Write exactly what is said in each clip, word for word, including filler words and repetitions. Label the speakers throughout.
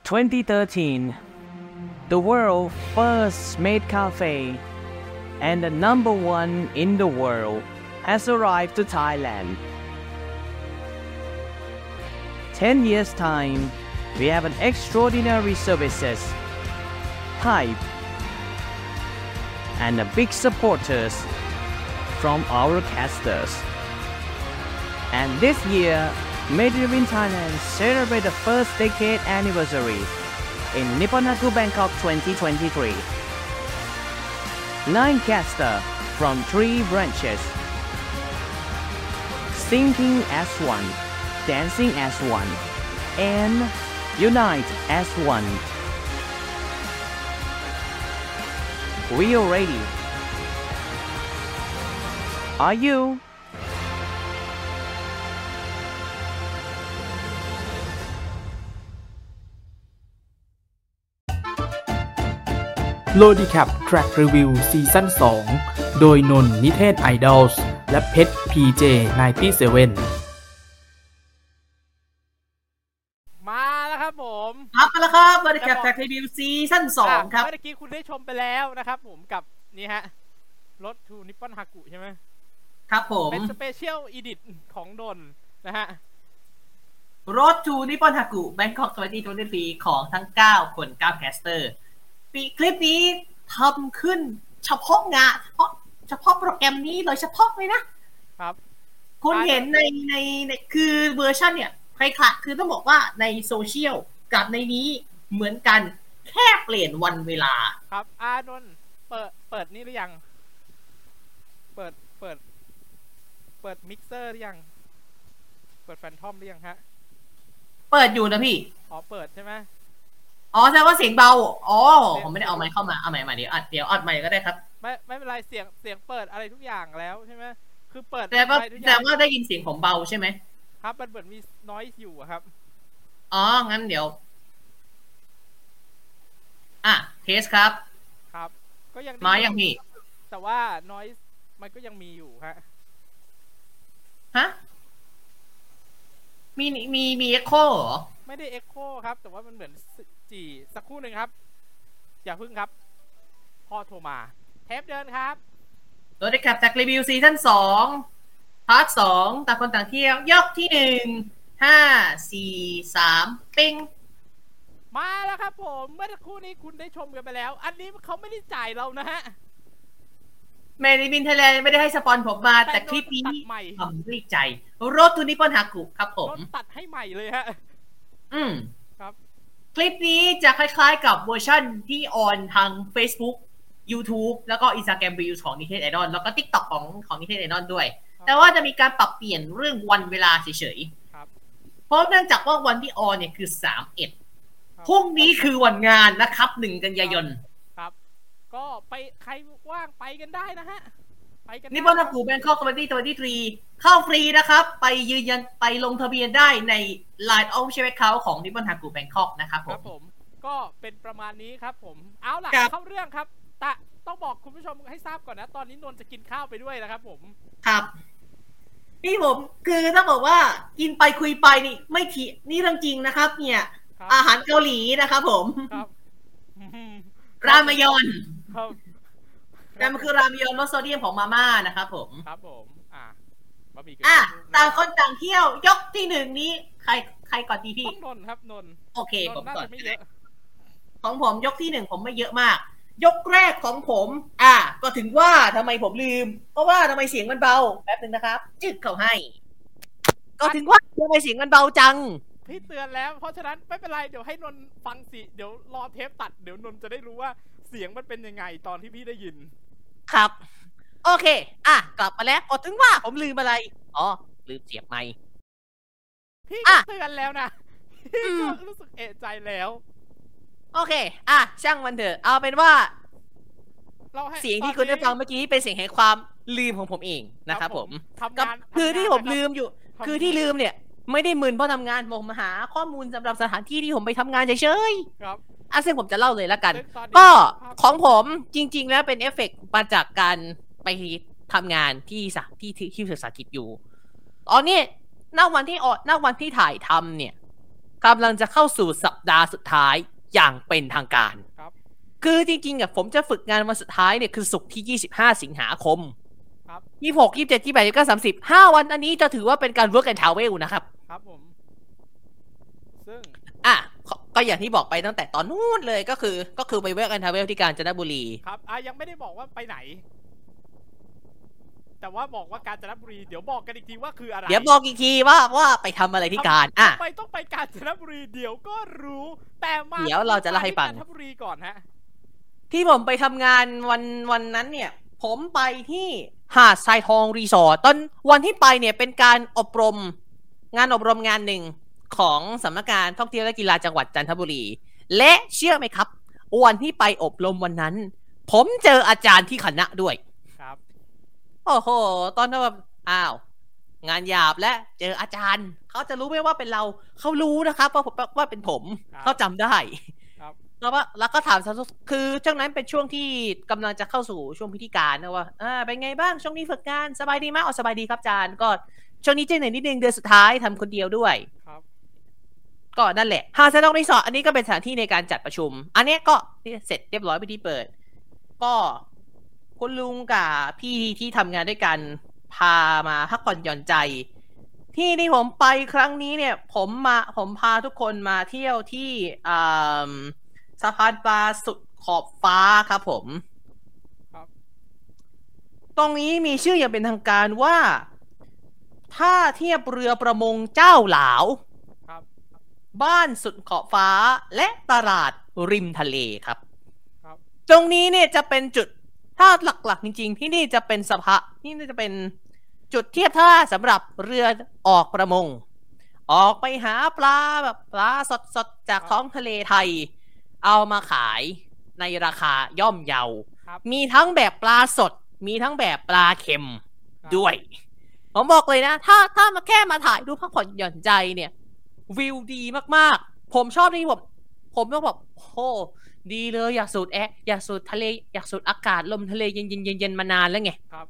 Speaker 1: twenty thirteen, the world's first maid cafe and the number one in the world has arrived to Thailand. Ten years time, we have an extraordinary services, hype, and a big supporters from our casters. And this year, Made in Thailand celebrate the first decade anniversary in Nippon Haku Bangkok twenty twenty-three. Nine casters from three branches, singing as one, dancing as one, and unite as one. We are ready. Are you?
Speaker 2: โลดีแคป Track Review ซีซั่นสองโดยนนท์นิเทศไอดอลส์และเพชร พี เจ ไนน์ตี้เซเว่น
Speaker 3: มาแล้วครับผม
Speaker 4: ครับมาแล้วครับโลดีแคป Track Review ซีซั่นสองครับ
Speaker 3: เมื่อกี้คุณได้ชมไปแล้วนะครับผมกับนี่ฮะรถทูนิปปอนฮากุใช่ไหม
Speaker 4: ครับผม
Speaker 3: เป็นสเปเชียลอีดิทของนนท์นะฮะ
Speaker 4: รถทูนิปปอนฮากุ Bangkok ทเวนตี้ทเวนตี้ทรีของทั้งเก้าคนเก้าแคสเตอร์ปีคลิปนี้ทำขึ้นเฉพาะงานเฉพาะเฉพาะโปรแกรมนี้โดยเฉพาะเลยนะครับคุณเห็นในในในคือเวอร์ชันเนี่ยใครคละคือต้องบอกว่าในโซเชียลกับในนี้เหมือนกันแค่เปลี่ยนวันเวลา
Speaker 3: ครับอานนท์เปิดเปิดนี่หรือยังเปิดเปิดเปิดมิกเซอร์หรือยังเปิดแฟนทอมหรือยังฮะ
Speaker 4: เปิดอยู่นะพี่
Speaker 3: อ๋อเปิดใช่ไหม
Speaker 4: อ๋อแสดงว่าเสียงเบาอ๋อผมไม่ได้เอาไมค์เข้ามาเอาไมค์มาเดี๋ยวอัดเดี๋ยวอัดไมค์ก็ได้ครับ
Speaker 3: ไม่ไม่เป็นไรเสียงเสียงเปิดอะไรทุกอย่างแล้วใช่ไหมคือเปิด
Speaker 4: แต่ว่าแต่ว่าได้ยินเสียงผมเบาใช่ไหม
Speaker 3: ครับมันเหมือนมีนอยส์อยู่ครับ
Speaker 4: อ๋องั้นเดี๋ยวอ่ะเทสครับ
Speaker 3: ครับก็ยัง
Speaker 4: มายังพี่
Speaker 3: แต่ว่านอยส์มันก็ยังมีอยู่ฮะ
Speaker 4: ฮะมีมีมีเอ็กโคเหรอ
Speaker 3: ไม่ได้เอ็กโคครับแต่ว่ามันเหมือนจีสักครู่หนึ่งครับอย่าพึ่งครับพ่อโทรมาเทปเดินครับ
Speaker 4: โดยได้แคปจากรีวิวซีซั่นสองพาร์ทสองต่างคนต่างเที่ยวยกที่หนึ่งห้าสี่สามปิ้ง
Speaker 3: มาแล้วครับผมเมื่อสักครู่นี้คุณได้ชมกันไปแล้วอันนี้เขาไม่ได้จ่ายเรานะฮะ
Speaker 4: เมริบินไทยแลนด์ไม่ได้ให้สปอนผมมาแต่คลิปนี้ทำด้วยใจรถทูนิปปอนฮากุครับผม
Speaker 3: ตัดให้ใหม่เลยฮะ
Speaker 4: อืม
Speaker 3: ครับ
Speaker 4: คลิปนี้จะคล้ายๆกับเวอร์ชันที่ออนทาง Facebook YouTube แล้วก็ Instagram Reels ของ Nikkei Idol แล้วก็ TikTok ของของ Nikkei Idol ด้วยแต่ว่าจะมีการปรับเปลี่ยนเรื่องวันเวลาเฉยๆเพราะเนื่องจากว่าวันที่ออนเนี่ยคือสามสิบเอ็ดพรุ่งนี้คือวันงานนะครับหนึ่งกันยายน
Speaker 3: ครับก็ไปใครว่างไปกันได้นะฮะไปกัน
Speaker 4: นิปปอนฮากุแบงคอกทเวนตี้ทเวนตี้ทรีเข้าฟรีนะครับไปยืนยันไปลงทะเบียนได้ใน ไลน์ Official Account ของนิปปอนฮากุแบงคอกนะครับผม
Speaker 3: ครับผมก็เป็นประมาณนี้ครับผมเอาล่ะเข้าเรื่องครับแต่ต้องบอกคุณผู้ชมให้ทราบก่อนนะตอนนี้นนท์จะกินข้าวไปด้วยนะครับผม
Speaker 4: ครับนี่ผมคือถ้าบอกว่ากินไปคุยไปนี่ไม่ทีนี่เรื่องจริงนะครับเนี่ยอาหารเกาหลีนะครับผม
Speaker 3: ครับ
Speaker 4: รามยอนครับแต่มันคือรามยอนลดโซเดียมของมาม่านะครับผม
Speaker 3: ครับผมอ่าบะหมี่
Speaker 4: อ่ะต่างคนต่างเที่ยวยกที่หนึ่งนี้ใครใครก่อนดีพี่
Speaker 3: นนท์ครับนนท์
Speaker 4: โอเคผมก่อน
Speaker 3: ไม่เยอะ
Speaker 4: ของผมยกที่หนึ่งผมไม่เยอะมากยกแรกของผมอ่ะก็ถึงว่าทำไมผมลืมเพราะว่าทำไมเสียงมันเบาแป๊บนึงนะครับจึ๊กเขาให้ก็ถึงว่าทำไมเสียงมันเบาจัง
Speaker 3: พี่เตือนแล้วเพราะฉะนั้นไม่เป็นไรเดี๋ยวให้นนท์ฟังสิเดี๋ยวรอเทปตัดเดี๋ยวนนท์จะได้รู้ว่าเสียงมันเป็นยังไงตอนที่พี่ได้ยิน
Speaker 4: ครับโอเคอ่ะกลับมาแล้วก็ถึงว่าผมลืมอะไรอ๋อลืมเสียบไมค์
Speaker 3: พี่ก็เตือนแล้วนะพี่ก็รู้สึกเอะใจแล้ว
Speaker 4: โอเคอ่ะช่างมันเถอะเอาเป็นว่าเสียงที่คุณได้ฟังเมื่อกี้เป็นเสียงแห่งความลืมของผมเองนะครับผมคือที่ผมลืมอยู่คือที่ลืมเนี่ยไม่ได้มึนเพราะทำงานผมมาหาข้อมูลสำหรับสถานที่ที่ผมไปทำงานเฉย
Speaker 3: ๆครับ
Speaker 4: อ่ะซึ่งผมจะเล่าเลยละกันก็ของผมจริงๆแล้วเป็นเอฟเฟกต์มาจากการไปทำงานที่สที่ที่ที่ศึกษากิจอยู่อ๋อเนี่ยณวันที่ออณวันที่ถ่ายทำเนี่ย
Speaker 5: กำลังจะเข้าสู่สัปดาห์สุดท้ายอย่างเป็นทางการ
Speaker 3: ครับ
Speaker 5: คือจริงๆอ่ะผมจะฝึกงานวันสุดท้ายเนี่ยคือศุกร์ที่ยี่สิบห้าสิงหาคม
Speaker 3: ครับ
Speaker 5: ยี่สิบหก ยี่สิบเจ็ด ยี่สิบแปด ยี่สิบเก้า สามสิบ ห้าวันอันนี้จะถือว่าเป็นการ work and travel นะครับ
Speaker 3: ครับผมซึ่ง
Speaker 5: อ่ะก็อย่างที่บอกไปตั้งแต่ตอนนู้นเลยก็คือก็คือไป work and travel ที่กาญจนบุรี
Speaker 3: ครับอ่ะยังไม่ได้บอกว่าไปไหนแต่ว่าบอกว่ากาญจนบุรีเดี๋ยวบอกกันอีกทีว่าคืออะไร
Speaker 5: เดี๋ยวบอกอีกทีว่าว่าไปทำอะไรที่กาญอ่ะ
Speaker 3: ทำไมต้องไปกาญจนบุรีเดี๋ยวก็รู้แต่มา
Speaker 5: เดี๋ยวเราจะเล่าให้ฟัง
Speaker 3: กาญจนบุรีก่อนฮะ
Speaker 5: ที่ผมไปทำงานวันวันนั้นเนี่ยผมไปที่หาดทรายทองรีสอร์ทตอนวันที่ไปเนี่ยเป็นการอบรมงานอบรมงานหนึ่งของสำนักงานท่องเที่ยวและกีฬาจังหวัดจันทบุรีและเชื่อไหมครับวันที่ไปอบรมวันนั้นผมเจออาจารย์ที่คณะด้วย
Speaker 3: ครับ
Speaker 5: โอ้โหตอนนั้นแบบอ้าวงานหยาบและเจออาจารย์เขาจะรู้ไหมว่าเป็นเราเขารู้นะครับว่าว่าเป็นผมเขาจำได้แล้วว่าแล้วก็ถามคือช่วงนั้นเป็นช่วงที่กำลังจะเข้าสู่ช่วงพิธีการนะว่าอ่าเป็นไงบ้างช่วงนี้ฝึกงานสบายดีไหมอ๋อสบายดีครับอาจารย์ก็ช่วงนี้เจ๊งหน่อยนิดนึงเดือนสุดท้ายทำคนเดียวด้วย
Speaker 3: ครับ
Speaker 5: ก็นั่นแหละหาดทรายทองรีสอร์ทอันนี้ก็เป็นสถานที่ในการจัดประชุมอันนี้ก็เสร็จเรียบร้อยพิธีเปิดก็คุณลุงกับพี่ที่ทำงานด้วยกันพามาพักผ่อนหย่อนใจที่ที่ผมไปครั้งนี้เนี่ยผมมาผมพาทุกคนมาเที่ยวที่อ่าสะพานปลาสุดขอบฟ้าครับผม
Speaker 3: ครับ
Speaker 5: ตรงนี้มีชื่ออย่างเป็นทางการว่าท่าเทียบเรือประมงเจ้าหลาว
Speaker 3: ครับ
Speaker 5: บ้านสุดขอบฟ้าและตลาดริมทะเลครับ
Speaker 3: ครับ
Speaker 5: ตรงนี้เนี่ยจะเป็นจุดถ้าหลักๆจริงๆที่นี่จะเป็นสะพานนี่จะเป็นจุดเทียบท่าสำหรับเรือออกประมงออกไปหาปลาแบบปลาสดๆจากท้องทะเลไทยเอามาขายในราคาย่อมเยามีทั้งแบบปลาสดมีทั้งแบบปลาเค็มด้วยผมบอกเลยนะถ้าถ้ามาแค่มาถ่ายรูปพักผ่อนหย่อนใจเนี่ยวิวดีมากๆผมชอบที่ผมผมต้องบอกโอ้ดีเลยอยากสูดแอร์อยากสูดทะเลอยากสูดอากาศลมทะเลเย็นๆเย็นๆมานานแล้วไง
Speaker 3: ครับ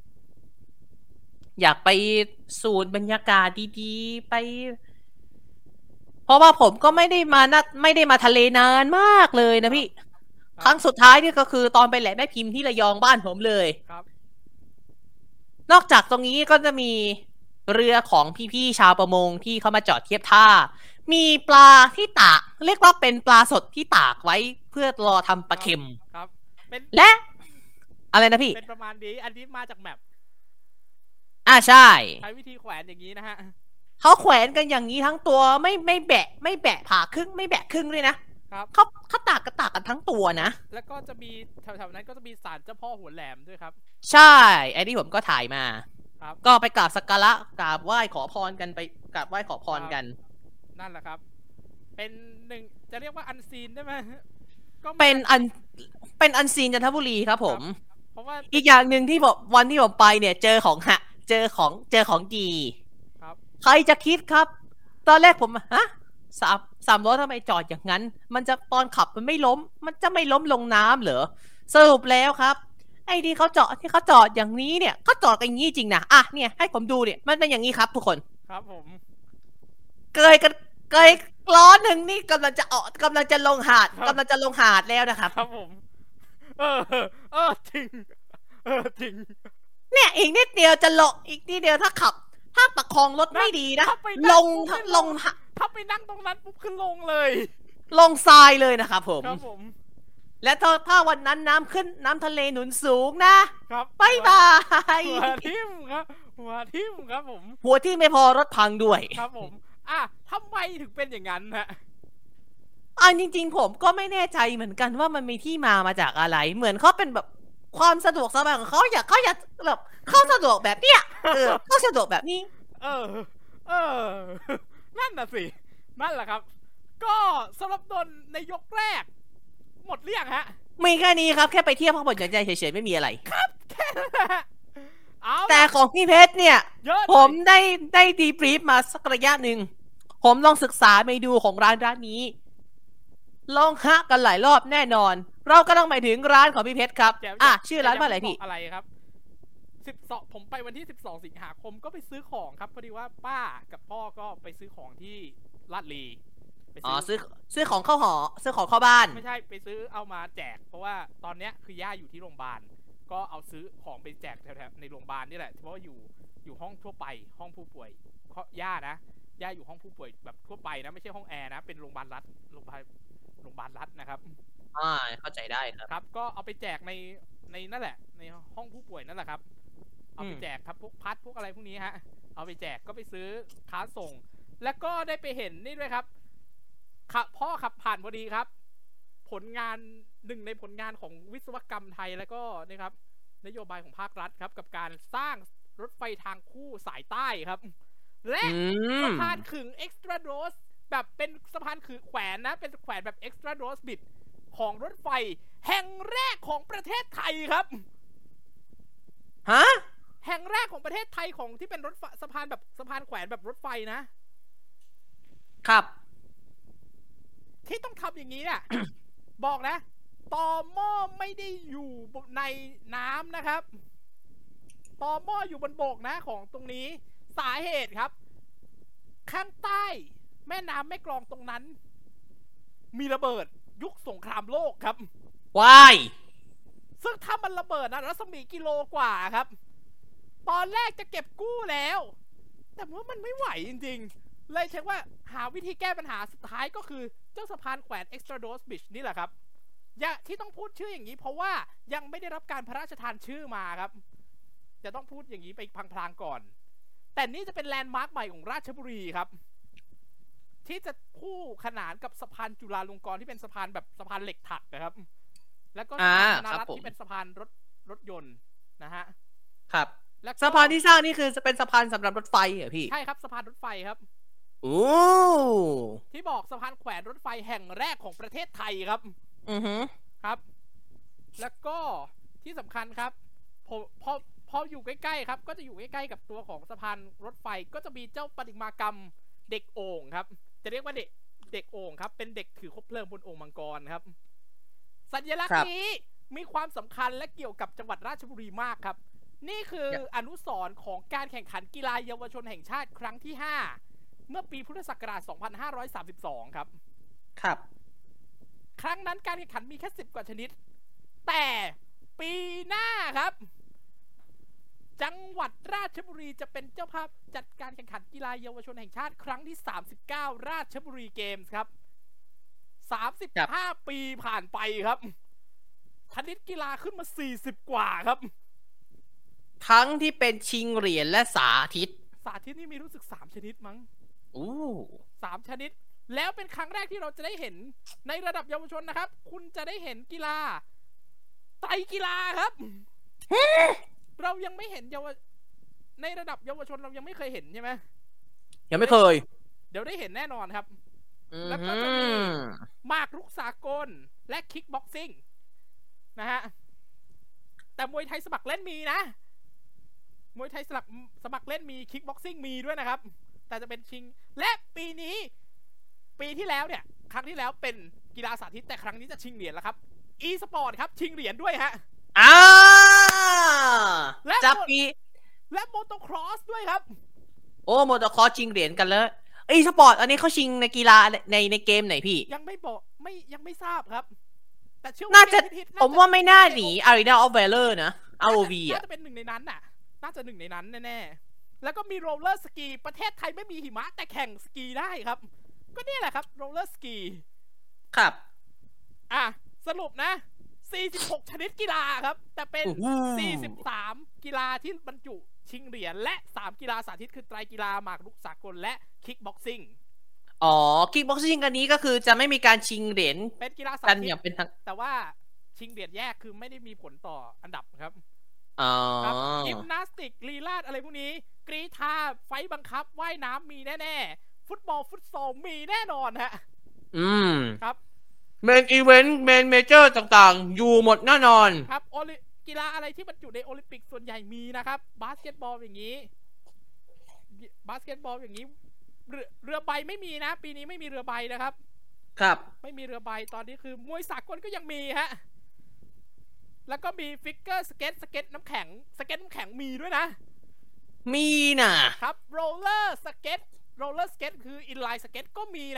Speaker 5: อยากไปสูดบรรยากาศดีๆไปเพราะว่าผมก็ไม่ได้มานะไม่ได้มาทะเลนานมากเลยนะพี่ครั้งสุดท้ายนี่ก็คือตอนไปแหลมแม่พิมพ์ที่ระยองบ้านผมเลย
Speaker 3: ครับ
Speaker 5: นอกจากตรงนี้ก็จะมีเรือของพี่ๆชาวประมงที่เขามาจอดเทียบท่ามีปลาที่ตากเรียกว่าเป็นปลาสดที่ตากไว้เพื่อรอทำปลาเค็ม
Speaker 3: ครับ
Speaker 5: และอะไรนะพี่
Speaker 3: เป็นประมาณนี้อันนี้มาจากแมป
Speaker 5: อ่าใช่
Speaker 3: ใช้วิธีแขวนอย่างนี้นะฮะ
Speaker 5: เขาแขวนกันอย่างนี้ทั้งตัวไม่ไม่แบะไม่แบะผ่าครึ่งไม่แบะครึ่งเลยนะครับเขาเขาตากกระตากกันทั้งตัวนะ
Speaker 3: แล้วก็จะมีแถวๆนั้นก็จะมีศาลเจ้าพ่อหัวแหลมด้วยครับ
Speaker 5: ใช่ไอ้ที่ผมก็ถ่ายมา
Speaker 3: ครับ
Speaker 5: ก็ไปกราบสักการะกราบไหว้ขอพรกันไปกราบไหว้ขอพรกัน
Speaker 3: นั่นแหละครับเป็นหนึ่งจะเรียกว่าอันซีนได้ไหม
Speaker 5: ก็เป็นอันเป็นอันซีนจันทบุรีครับผม
Speaker 3: เพราะว่า
Speaker 5: อีกอย่างหนึ่งที่ผมวันที่ผมไปเนี่ยเจอของฮะเจอของเจอของดี
Speaker 3: ครับ
Speaker 5: ใครจะคิดครับตอนแรกผมฮะสามสามล้อทำไมจอดอย่างนั้นมันจะตอนขับมันไม่ล้มมันจะไม่ล้มลงน้ำเหรอสรุปแล้วครับไอ้ที่เขาจอดที่เขาจอดอย่างนี้เนี่ยเขาจอดกันอย่างนี้จริงนะอ่ะเนี่ยให้ผมดูเนี่ยมันเป็นอย่างนี้ครับทุกคน
Speaker 3: ครับผม
Speaker 5: เกยกันเกยล้อหนึ่งนี่กำลังจะออกกำลังจะลงหาดกำลังจะลงหาดแล้วนะครับ
Speaker 3: ครับผมเออเออจริงเออจริง
Speaker 5: เนี่ยอีกนิดเดียวจะลงอีกนิดเดียวถ้าขับถ้าประคองรถไม่ดีนะลงลง
Speaker 3: ถ้าไปนั่งตรงนั้นปุ๊บขึ้นลงเลย
Speaker 5: ลงทรายเลยนะครับผม
Speaker 3: ครับผม
Speaker 5: และถ้าถ้าวันนั้นน้ำขึ้นน้ำทะเลหนุนสูงนะครับบ๊ายบาย
Speaker 3: หัวทิ่มครับหัวทิ่มครับผม
Speaker 5: หัวที่ไม่พอรถพังด้วย
Speaker 3: ครับผมอ่ะทำไมถึงเป็นอย่างนั้นฮะ
Speaker 5: อ่ะจริงๆผมก็ไม่แน่ใจเหมือนกันว่ามันมีที่มามาจากอะไรเหมือนเขาเป็นแบบความสะดวกสบายของเขาอยากเขาอยากแบบเขาสะดวกแบบเนี้ยเออเขาสะดวกแบบนี้
Speaker 3: เออเออนั่นน่ะสินั่นแหละครับก็สำหรับดนในยกแรกหมดเรื่องฮะ
Speaker 5: มีแค่นี้ครับแค่ไปเที่ยวพักผ่อนหย่อนใจเฉยๆไม่มีอะไร
Speaker 3: ครับแค่นั้นแหละ
Speaker 5: แต่ของพี่เพชรเนี่ยผมได้ได้ดีบรีฟมาสักระยะหนึ่งผมลองศึกษาเมนูของร้านร้านนี้ลองฮะกันหลายรอบแน่นอนเราก็ต้องไปถึงร้านของพี่เพชรครับอ่ะชื่อร้านว่าอะไรพี่
Speaker 3: อะไรครับสิบสองผมไปวันที่สิบสองสิงหาคมก็ไปซื้อของครับพอดีว่าป้ากับพ่อก็ไปซื้อของที่ลาดลีไป
Speaker 5: อ๋อ
Speaker 3: ซื้อ
Speaker 5: ซื้อซื้อของเข้าหอซื้อของเข้าบ้าน
Speaker 3: ไม่ใช่ไปซื้อเอามาแจก เพราะว่าตอนเนี้ยคือย่าอยู่ที่โรงพยาบาลก็เอาซื้อของไปแจกแถวๆในโรงพยาบาลนี่แหละเพราะว่าอยู่อยู่ห้องทั่วไปห้องผู้ป่วยย่านะย่าอยู่ห้องผู้ป่วยแบบทั่วไปนะไม่ใช่ห้องแอร์นะเป็นโรงพยาบาลรัฐโรงพยาบาลโรงพยาบาลรัฐนะครับ
Speaker 5: อ่าเข้าใจได้ครับ
Speaker 3: ครับก็เอาไปแจกในในนั่นแหละในห้องผู้ป่วยนั่นแหละครับเอาไปแจกครับพวกพัดพวกอะไรพวกนี้ฮะเอาไปแจกก็ไปซื้อค้าส่งแล้วก็ได้ไปเห็นนี่ด้วยครับขับพ่อขับผ่านพอดีครับผลงานหนึ่งในผลงานของวิศวกรรมไทยแล้วก็นี่ครับนโยบายของภาครัฐครับกับการสร้างรถไฟทางคู่สายใต้ครับและสะพานขึงเอ็กซ์ตร้าโดสแบบเป็นสะพานขึงแขวนนะเป็นแขวนแบบเอ็กซ์ตร้าโดสบิดของรถไฟแห่งแรกของประเทศไทยครับ
Speaker 5: ฮะ
Speaker 3: แห่งแรกของประเทศไทยของที่เป็นรถสะพานแบบสะพานแขวนแบบรถไฟนะครับที่ต้องทำอย่างนี้เนี่ย บอกนะตอหม้อไม่ได้อยู่ในน้ำนะครับตอหม้ออยู่บนบกนะของตรงนี้สาเหตุครับข้างใต้แม่น้ำแม่กลองตรงนั้นมีระเบิดยุคสงครามโลกครับ
Speaker 5: ว้าย
Speaker 3: ซึ่งถ้ามันระเบิดนะรัศมีกิโลกว่าครับตอนแรกจะเก็บกู้แล้วแต่ว่ามันไม่ไหวจริงๆเลยเช็คว่าหาวิธีแก้ปัญหาสุดท้ายก็คือเจ้าสะพานแขวน Extra Dose Bridge นี่แหละครับอย่าที่ต้องพูดชื่ออย่างนี้เพราะว่ายังไม่ได้รับการพระราชทานชื่อมาครับจะต้องพูดอย่างนี้ไปพลางๆก่อนแต่นี่จะเป็นแลนด์มาร์คใหม่ของราชบุรีครับที่จะคู่ขนานกับสะพานจุฬาลงกรณ์ที่เป็นสะพานแบบสะพานเหล็กถักนะครับแล้วก็สะพานธนรัตน์ที่เป็นสะพานรถรถยนต์นะฮะ
Speaker 5: ครับสะพานที่สร้างนี่คือจะเป็นสะพานสำหรับรถไฟเหรอพี่
Speaker 3: ใช่ครับสะพานรถไฟครับ
Speaker 5: โอ้
Speaker 3: ที่บอกสะพานแขวนรถไฟแห่งแรกของประเทศไทยครับ
Speaker 5: อือฮึ
Speaker 3: ครับแล้วก็ที่สำคัญครับพอพอพออยู่ใกล้ๆครับก็จะอยู่ใกล้ๆกับตัวของสะพานรถไฟก็จะมีเจ้าประติมากรรมเด็กโอ่งครับจะเรียกว่าเด็กเด็กโอ่งครับเป็นเด็กถือคบเพลิงบนโอ่งมังกรครับสัญลักษณ์นี้มีความสำคัญและเกี่ยวกับจังหวัดราชบุรีมากครับนี่คืออนุสรณ์ของการแข่งขันกีฬาเยาวชนแห่งชาติครั้งที่ห้าเมื่อปีพุทธศักราชสองพันห้าร้อยสามสิบสองครับ
Speaker 5: ครับ
Speaker 3: ครั้งนั้นการแข่งขันมีแค่สิบกว่าชนิดแต่ปีหน้าครับจังหวัดราชบุรีจะเป็นเจ้าภาพจัดการแข่งขันกีฬาเยาวชนแห่งชาติครั้งที่สามสิบเก้าราชบุรีเกมส์ครับสามสิบห้าปีผ่านไปครับชนิดกีฬาขึ้นมาสี่สิบกว่าครับ
Speaker 5: ทั้งที่เป็นชิงเหรียญและสาธิต
Speaker 3: สาธิตนี่มีรู้สึกสามชนิดมั้ง
Speaker 5: โอ้
Speaker 3: สามชนิดแล้วเป็นครั้งแรกที่เราจะได้เห็นในระดับเยาวชนนะครับคุณจะได้เห็นกีฬาไตรกีฬาครับ เรายังไม่เห็นเยาวในระดับเยาวชนเรายังไม่เคยเห็นใช่ไหม
Speaker 5: ยังไม่เคย
Speaker 3: เดี๋ยวได้เห็นแน่นอนครับแล้วก็จะมีหมากรุกสากลและคิกบ็อกซิ่งนะฮะแต่มวยไทยสมัครเล่นมีนะมวยไทยสมัครสมัครเล่นมีคิกบ็อกซิ่งมีด้วยนะครับแต่จะเป็นชิงและปีนี้ปีที่แล้วเนี่ยครั้งที่แล้วเป็นกีฬาสาธิตแต่ครั้งนี้จะชิงเหรียญแล้วครับอีสปอร์ตครับชิงเหรียญด้วยฮะ
Speaker 5: อ่า
Speaker 3: และ
Speaker 5: จับปี
Speaker 3: และโมโตครอสด้วยครับ
Speaker 5: โอ้โมโตครอสชิงเหรียญกันเลยอีสปอร์ตอันนี้เขาชิงในกีฬาในในเกมไหนพี่
Speaker 3: ยังไม่บอกไม่ยังไม่ทราบครับแต่เชื่อ
Speaker 5: ว่าน่าจะผมว่าไม่น่าหนี Arena of Valor นะ อาร์ โอ วี อ่ะ
Speaker 3: น่าจะเป็นหนึ่งในนั้นน่ะน่าจะหนึ่งในนั้นแน่ๆแล้วก็มีโรลเลอร์สกีประเทศไทยไม่มีหิมะแต่แข่งสกีได้ครับก็นี่แหละครับโรลเลอร์สกี
Speaker 5: ครับ
Speaker 3: อ่ะสรุปนะสี่สิบหกชนิดกีฬาครับแต่เป็นสี่สิบสามกีฬาที่บรรจุชิงเหรียญและสามกีฬาสาธิตคือไตรกีฬาหมากรุกสากลและคิกบ็อกซิ่ง
Speaker 5: อ๋อคิกบ็อกซิ่งกันนี้ก็คือจะไม่มีการชิงเหรียญ
Speaker 3: เป็นกีฬาสาธิต
Speaker 5: อย่างเป็นทาง
Speaker 3: แต่ว่าชิงเหรียญแยกคือไม่ได้มีผลต่ออันดับครับ
Speaker 5: อ๋อ
Speaker 3: ครับยิมนาสติกลีลาดอะไรพวกนี้กรีฑาไฟบังคับว่ายน้ำมีแน่ๆฟุตบอลฟุตซอลมีแน่นอนฮะ
Speaker 5: อืม
Speaker 3: ครับ
Speaker 5: เมนอีเวนต์เมนเมเจอร์ต่างๆอยู่หมดแน่นอน
Speaker 3: ครับโอลิกีฬาอะไรที่บรรจุในโอลิมปิกส่วนใหญ่มีนะครับบาสเกตบอลอย่างนี้บาสเกตบอลอย่างนี้เรือเรือใบไม่มีนะปีนี้ไม่มีเรือใบนะครับ
Speaker 5: ครับ
Speaker 3: ไม่มีเรือใบตอนนี้คือมวยสากลก็ยังมีฮะแล้วก็มีฟิกเกอร์สเก็ตสเก็ตน้ำแข็งสเก็ตน้ำแข็งมีด้วยนะ
Speaker 5: มีนะครับ
Speaker 3: โรลเลอร์สเก็ตโรลเลอร์สเก็ตคืออินไลน์สเก็ตก็มีนะก็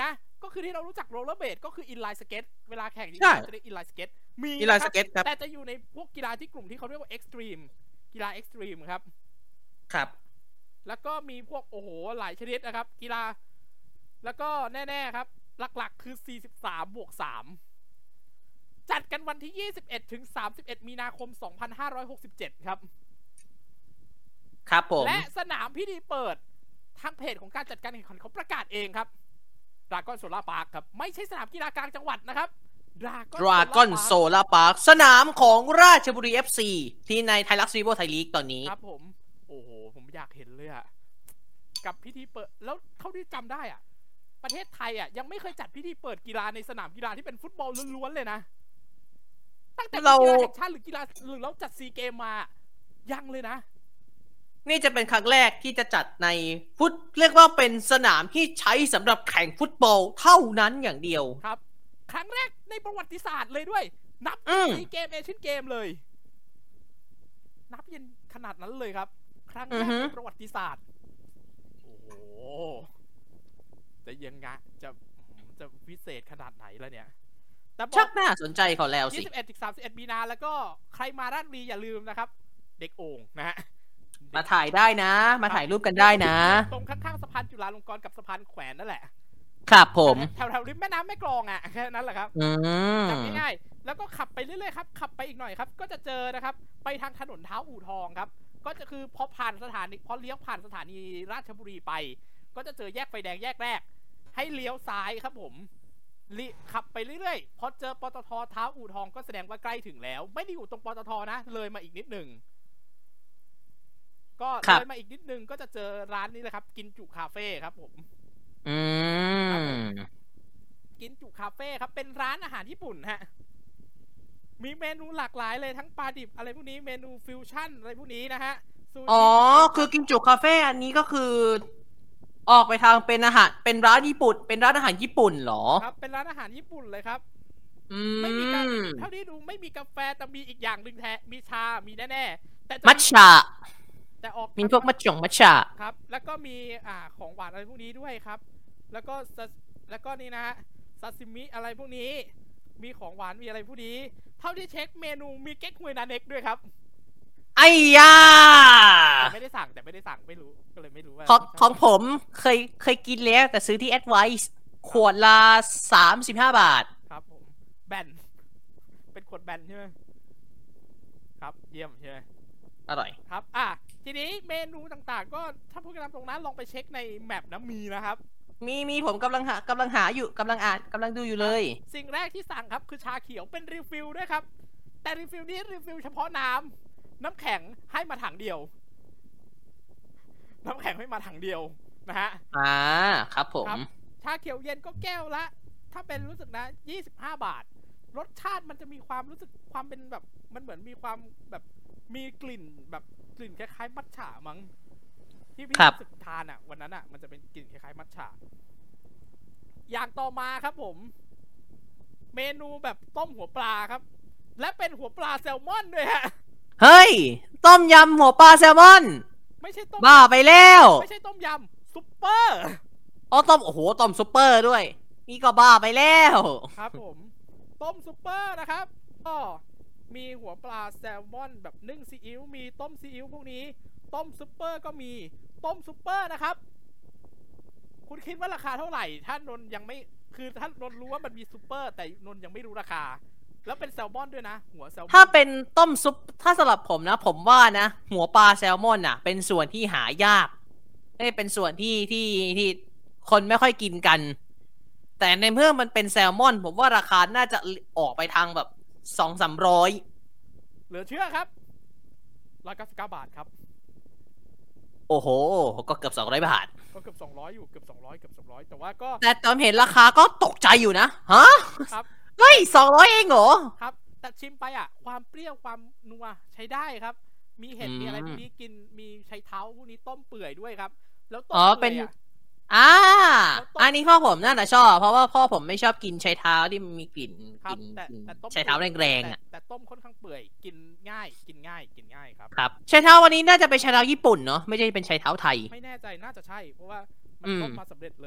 Speaker 3: ก็คือที่เรารู้จักโรลเลอร์เบดก็คืออินไลน์สเก็ตเวลาแข่งจริง
Speaker 5: ใช่
Speaker 3: ๆจะเรียกอินไลน์สเก็ตมี
Speaker 5: อินไลน์
Speaker 3: ะค
Speaker 5: ส
Speaker 3: รับ
Speaker 5: เก็ตครับ
Speaker 3: แต่จะอยู่ในพวกกีฬาที่กลุ่มที่เขาเรียกว่าเอ็กซ์ตรีมกีฬาเอ็กซ์ตรีมครับ
Speaker 5: ครับ
Speaker 3: แล้วก็มีพวกโอ้โหหลายชนิดนะครับ กีฬาแล้วก็แน่ๆครับ หลักๆคือสี่สิบสามบวกสามจัดกันวันที่ยี่สิบเอ็ดถึงสามสิบเอ็ดมีนาคมสองพันห้าร้อยหกสิบเจ็ดครับ
Speaker 5: ครับผม
Speaker 3: และสนามพิธีเปิดทางเพจของการจัดการแข่งขันเขาประกาศเองครับดราก้อนโซลาร์พาร์คครับไม่ใช่สนามกีฬากลางจังหวัดนะครับดราก้อน
Speaker 5: ดราก้อนโซลาร์พาร์คสนามของราชบุรี เอฟ ซี ที่ในไทยลักซ์วีโวไทยลีกตอนนี้
Speaker 3: ครับผมโอ้โหผมอยากเห็นเลยอะกับพิธีเปิดแล้วเท่าที่จำได้อะประเทศไทยอะยังไม่เคยจัดพิธีเปิดกีฬาในสนามกีฬาที่เป็นฟุตบอลล้วนๆเลยนะตั้งแต่กีฬา
Speaker 5: เรา
Speaker 3: แห่งชาติหรือกีฬาหรือเราจัดซีเกมมายังเลยนะ
Speaker 5: นี่จะเป็นครั้งแรกที่จะจัดในฟุตเรียกว่าเป็นสนามที่ใช้สำหรับแข่งฟุตบอลเท่านั้นอย่างเดียว
Speaker 3: ครับครั้งแรกในประวัติศาสตร์เลยด้วยนับ
Speaker 5: อืม
Speaker 3: ซีเกมเอเชียนเกมเลยนับยันขนาดนั้นเลยครับครั้งแร
Speaker 5: อือก ฮึ
Speaker 3: ในประวัติศาสตร์โอ้โหจะยังไงจะจะพิเศษขนาดไหนแล้วเนี่ยแต่บอ
Speaker 5: ชั
Speaker 3: ก
Speaker 5: กน่าสนใจเขาแล้วสิ
Speaker 3: ยี่สิบเอ็ดถึงสามสิบเอ็ดมีนาแล้วก็ใครมาราชบุรีอย่าลืมนะครับ เด็กโอ่งนะฮะ
Speaker 5: มาถ่ายได้นะ มาถ่ายรูปกันได้นะ
Speaker 3: ตรงข้างๆสะพานจุฬาลงกรณ์กับสะพานแขวนนั่นแหละ
Speaker 5: ครับผม
Speaker 3: แถวๆริมแม่น้ำแม่กลองอ่ะแค่นั้นแหละครับ
Speaker 5: อืม
Speaker 3: จำง่ายๆแล้วก็ขับไปเรื่อยๆครับขับไปอีกหน่อยครับก็จะเจอนะครับไปทางถนนเท้าอู่ทองครับก็จะคือพอผ่านสถานีพอเลี้ยวผ่านสถานีราชบุรีไป ก็จะเจอแยกไฟแดงแยกแรก ให้เลี้ยวซ้ายครับผมลิขับไปเรื่อยๆพอเจอปตทเท้าอู่ทองก็แสดงว่าใกล้ถึงแล้ว ไม่ได้อยู่ตรงปตทนะเลยมาอีกนิดหนึ่งก็
Speaker 5: ครับ
Speaker 3: เลยมาอีกนิดนึงก็จะเจอร้านนี้แหละครับ กินจุคาเฟ่ครับผม
Speaker 5: อืม
Speaker 3: กินจุคาเฟ่ครับเป็นร้านอาหารญี่ปุ่นฮะมีเมนูหลากหลายเลยทั้งปลาดิบอะไรพวกนี้เมนูฟิวชั่นอะไรพวกนี้นะฮะซูชิ
Speaker 5: อ๋อ คือกินจุคาเฟ่อันนี้ก็คือ ออกไปทางเป็นอาหารเป็นร้านญี่ปุ่น เป็นร้านอาหารญี่ปุ่นเหรอ
Speaker 3: ครับเป็นร้านอาหารญี่ปุ่นเลยครับ
Speaker 5: อื
Speaker 3: ไม่มีการ
Speaker 5: ม
Speaker 3: เท่าที่ดูไม่มีกาแฟแต่มีอีกอย่างหนึ่งแท้มีชา มีแน่ๆแต่จะ
Speaker 5: มัทฉะ
Speaker 3: แต่ออก
Speaker 5: มีพวกมัทจงมัทฉะ
Speaker 3: ครับ แล้วก็มีอ่าของหวานอะไรพวกนี้ด้วยครับ แล้วก็ซาแล้วก็นี่นะฮะซาซิมิอะไรพวกนี้ มีของหวานมีอะไรพวกนี้ เท่าที่เช็คเมนูมีเก๊กฮวยนาเน็กด้วยครับ
Speaker 5: ไอ้ยา
Speaker 3: แต่ไม่ได้สั่งแต่ไม่ได้สั่งไม่รู้ก็เลยไม่รู้ว่า
Speaker 5: ของของผมเคยเคยกินแล้วแต่ซื้อที่ Advice ขวดละสามสิบห้าบาท
Speaker 3: ครับผมแบนเป็นขวดแบนใช่ไหมครับเยี่ยมใช่ไหม
Speaker 5: อร่อย
Speaker 3: ครับ อ่ะ ทีนี้เมนูต่างๆ ก็ถ้าพูดกันตามตรงนั้นลองไปเช็คในแมปนะมีนะครับ
Speaker 5: มีมีผมกำลังหากำลังหาอยู่กำลังอ่านกำลังดูอยู่เลย
Speaker 3: สิ่งแรกที่สั่งครับคือชาเขียวเป็นรีฟิลด้วยครับ แต่รีฟิลนี้รีฟิลเฉพาะน้ำน้ำแข็งให้มาถังเดียว น้ำแข็งให้มาถังเดียวนะฮะ
Speaker 5: อ่า ครับผม
Speaker 3: ครับ ชาเขียวเย็นก็แก้วละ ถ้าเป็นรู้สึกนะยี่สิบห้าบาท รสชาติมันจะมีความรู้สึกความเป็นแบบมันเหมือนมีความแบบมีกลิ่นแบบกลิ่นคล้ายๆมัทฉะมั้งที่พี่
Speaker 5: ครับ
Speaker 3: รู้สึกทานอ่ะวันนั้นอ่ะมันจะเป็นกลิ่นคล้ายๆมัทฉะอย่างต่อมาครับผม เมนูแบบต้มหัวปลาครับ และเป็นหัวปลาแซลมอนด้วยฮะ
Speaker 5: เฮ้ย ต้มยำหัวปลาแซลมอน
Speaker 3: ไม่ใช่ต้ม
Speaker 5: บ้าไปแล้ว
Speaker 3: ไม่ใช่ต้มยำซุปเปอร์
Speaker 5: อ๋อต้มโอ้โหต้มซุปเปอร์ด้วย นี่ก็บ้าไปแล้ว
Speaker 3: ครับผม ต้มซุปเปอร์นะครับ ก็มีหัวปลาแซลมอนแบบนึ่งซีอิ๊วมีต้มซีอิ๊วพวกนี้ ต้มซุปเปอร์ก็มีต้มซุปเปอร์นะครับ คุณคิดว่าราคาเท่าไหร่ ถ้านนยังไม่คือถ้านนรู้ว่ามันมีซุปเปอร์ แต่นนยังไม่รู้ราคา แล้วเป็นแซลมอนด้วยนะ หัวแซลมอน
Speaker 5: ถ้าเป็นต้มซุปถ้าสำหรับผมนะ ผมว่านะ หัวปลาแซลมอนอ่ะ เป็นส่วนที่หายากไม่ได้เป็นส่วนที่ที่ที่คนไม่ค่อยกินกัน แต่ในเมื่อมันเป็นแซลมอน ผมว่าราคาน่าจะออกไปทางแบบสองสามร้อย
Speaker 3: เหลือเชื่อครับร้อยเก้าสิบเก้าบาทครับ
Speaker 5: โอ้โห ก็เกือบสองร้อยบาท
Speaker 3: ก็เกือบสองร้อยอยู่เกือบสองร้อยเกือบสองร้อยแต่ว่าก็
Speaker 5: แต่ตอนเห็นราคาก็ตกใจอยู่นะ ฮะ
Speaker 3: ครับ
Speaker 5: เฮ้ยสองร้อยเองเหรอ
Speaker 3: ครับ แต่ชิมไปอ่ะ ความเปรี้ยวความนัวใช้ได้ครับ มีเห็ด
Speaker 5: อืม
Speaker 3: มีอะไรพวกนี้กินมีไชเท้าพวกนี้ต้มเปื่อยด้วยครับ แล้วต้ม
Speaker 5: อ๋อ
Speaker 3: เปื่อย
Speaker 5: เป็น
Speaker 3: อ่ะ
Speaker 5: อ่า
Speaker 3: แล้วต้ม
Speaker 5: อันนี้พ่อผมน่าจะชอบ เพราะว่าพ่อผมไม่ชอบกินใช้เท้าที่มันมีกลิ่น
Speaker 3: ครั
Speaker 5: ก
Speaker 3: บ
Speaker 5: ลิ่น
Speaker 3: แต่
Speaker 5: กลิ่น
Speaker 3: แต่ต้ม
Speaker 5: ใช้เท้าแรงๆ
Speaker 3: แต่
Speaker 5: อ่ะ
Speaker 3: แต่ต้มค่อนข้างเปื่อยกินง่ายกินง่ายกินง่ายครับ
Speaker 5: ครับใช้เท้าวันนี้น่าจะเป็นใช้เท้าญี่ปุ่นเนาะไม่ใช่เป็นใช้เท้าไทย
Speaker 3: ไม่แน่ใจน่าจะใช่ เพราะว่ามัน
Speaker 5: อืม
Speaker 3: ต้มมาสำเร็จเลย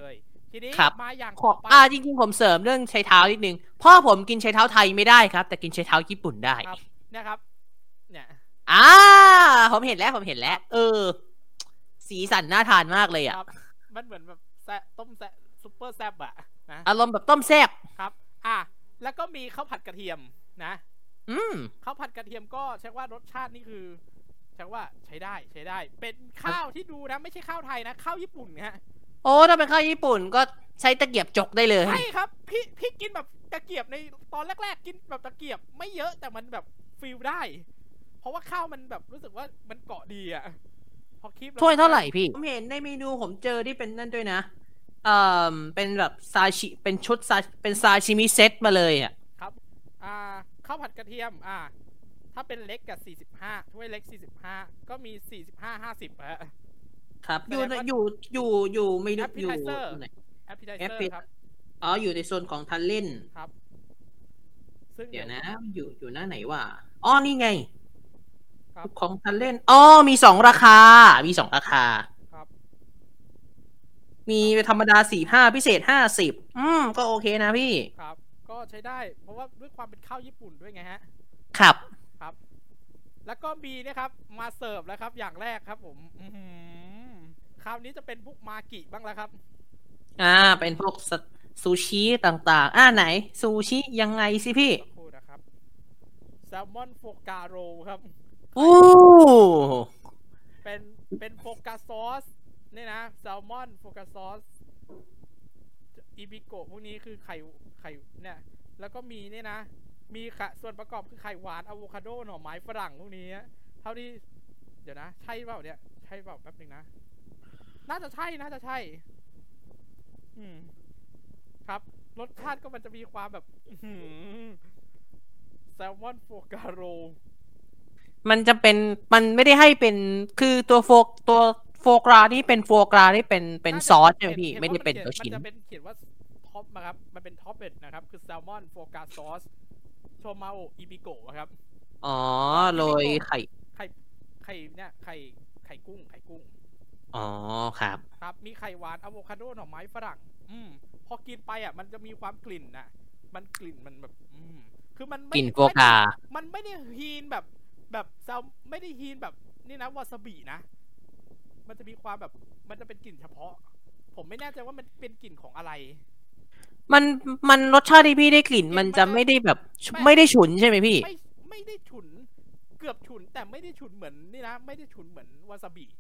Speaker 3: ทีนี้
Speaker 5: ครับ
Speaker 3: มาอย่าง
Speaker 5: ขอ
Speaker 3: ต่อไป
Speaker 5: อ่าจริงๆผมเสริมเรื่องใช้เท้านิดนึงพ่อผมกินใช้เท้าไทยไม่ได้ครับ แต่กินใช้เท้าญี่ปุ่นได้
Speaker 3: ครับเนี่ยครับเนี่ย
Speaker 5: อ่าผมเห็นแล้วผมเห็นแล้ว เออ สีสันน่าทานมากเลยอ่ะ
Speaker 3: ครับมันเหมือนแบบแซะต้มแซะซุปเปอร์แซบอะนะ
Speaker 5: อารมณ์แบบต้มแซ่บ
Speaker 3: ครับอ่ะแล้วก็มีข้าวผัดกระเทียมนะ
Speaker 5: อืม
Speaker 3: ข้าวผัดกระเทียมก็เช็คว่ารสชาตินี่คือเช็คว่าใช้ได้ใช้ได้ เป็นข้าวที่ดูนะไม่ใช่ข้าวไทยนะข้าวญี่ปุ่นฮะ
Speaker 5: โอ้ถ้าเป็นข้าวญี่ปุ่นก็ใช้ตะเกียบจกได้เลย
Speaker 3: ใช่ครับพี่พี่กินแบบตะเกียบในตอนแรกๆกินแบบตะเกียบไม่เยอะแต่มันแบบฟีลได้ เพราะว่าข้าวมันแบบรู้สึกว่ามันเกาะดีอะพอคลิป
Speaker 5: ถ้วยเท่าไหร่พี่ ผมเห็นในเมนูผมเจอที่เป็นนั่นด้วยนะ เอ่อ เป็นแบบซาชิ เป็นชุดซาเป็นซาชิมิเซตมาเลยอ่ะ
Speaker 3: ครับอ่าข้าวผัดกระเทียมอ่าถ้าเป็นเล็กกับสี่สิบห้าถ้วยเล็กสี่สิบห้าก็มีสี่สิบห้า ห้าสิบฮะ
Speaker 5: ครับ
Speaker 3: แส
Speaker 5: อ
Speaker 3: ด
Speaker 5: ยู่
Speaker 3: งว่า
Speaker 5: อยู่อยู่อยู่เมนูอยู่
Speaker 3: Appetizer
Speaker 5: ไหน
Speaker 3: แอปเปิลไทเซอ
Speaker 5: Appet
Speaker 3: ร์ครับ
Speaker 5: อ๋ออยู่ในโซนของทันเล่น
Speaker 3: ครับ ซึ่ง
Speaker 5: เดี๋ยวนะ อยู่อยู่หน้าไหนวะอ๋อนี่ไง
Speaker 3: ครับ
Speaker 5: ของทันเล่นอ๋อมีสองราคา มีสองราคา
Speaker 3: ครับ
Speaker 5: มีธรรมดาสี่ห้าพิเศษห้าสิบอืมก็โอเคนะพี่
Speaker 3: ครับ ก็ใช้ได้ เพราะว่าด้วยความเป็นข้าวญี่ปุ่นด้วยไงฮะ
Speaker 5: ครับ
Speaker 3: ครับ แล้วก็มีนะครับ มาเสิร์ฟแล้วครับ อย่างแรกครับผมอื้อหือคราวนี้จะเป็นพวกมากิบ้างแล้วครับ
Speaker 5: อ่า เป็นพวกสซูชิต่างๆ อ่าไหน ซูชิยังไงสิพี่
Speaker 3: สักครู่นะครับ แซลมอนโฟกาโรครับ
Speaker 5: อู้
Speaker 3: เป็น เป็นโฟกาซอสนี่นะ แซลมอนโฟกาซอส อีบิโกะพวกนี้คือไข่ ไข่ เนี่ย แล้วก็มีนี่นะ มีค่ะส่วนประกอบคือไข่หวานอะโวคาโด หน่อไม้ฝรั่งพวกนี้ เท่าที่ เดี๋ยวนะ ใช่เปล่าเนี่ย ใช่เปล่าแป๊บนึงนะ น่าจะใช่ น่าจะใช่ อืม ครับ รสชาติก็มันจะมีความแบบอื้อหือแซลมอนโฟกาโร
Speaker 5: มันจะเป็น มันไม่ได้ให้เป็น คือตัวโฟกตัวโฟกราที่เป็นโฟกราที่เป็น เป็นซอสใช่ไหมพี่ ไม่ได้เป็นตัวชิ้น
Speaker 3: มันจะเป็นเขียนว่าท็อปนะครับ มันเป็นท็อปเบ็ดนะครับ คือแซลมอนโฟกาซอส โชมาโออิบิโกะครับ
Speaker 5: อ๋อโรยไข่
Speaker 3: ไข่ ไข่เนี่ย ไข่ ไข่กุ้ง ไข่กุ้ง
Speaker 5: อ๋อครับ
Speaker 3: ครับ มีไข่หวานอะโวคาโด หน่อไม้ฝรั่ง อืม พอกินไปอ่ะ มันจะมีความกลิ่นน่ะ มันกลิ่นมันแบบ อืม คือมันไม่
Speaker 5: กลิ่นโฟกา
Speaker 3: มันไม่ได้ฮีนแบบ แบบแซลไม่ได้ฮีนแบบนี่นะวาซาบินะ มันจะมีความแบบ มันจะเป็นกลิ่นเฉพาะ ผมไม่แน่ใจว่ามันเป็นกลิ่นของอะไร
Speaker 5: มัน มันรสชาติที่พี่ได้กลิ่น มันจะไม่ได้แบบ ไม่ได้ฉุนใช่ไหมพี่
Speaker 3: ไม่ ไม่ได้ฉุน เกือบฉุน แต่ไม่ได้ฉุนเหมือนนี่นะ ไม่ได้ฉุนเหมือนวาซาบิ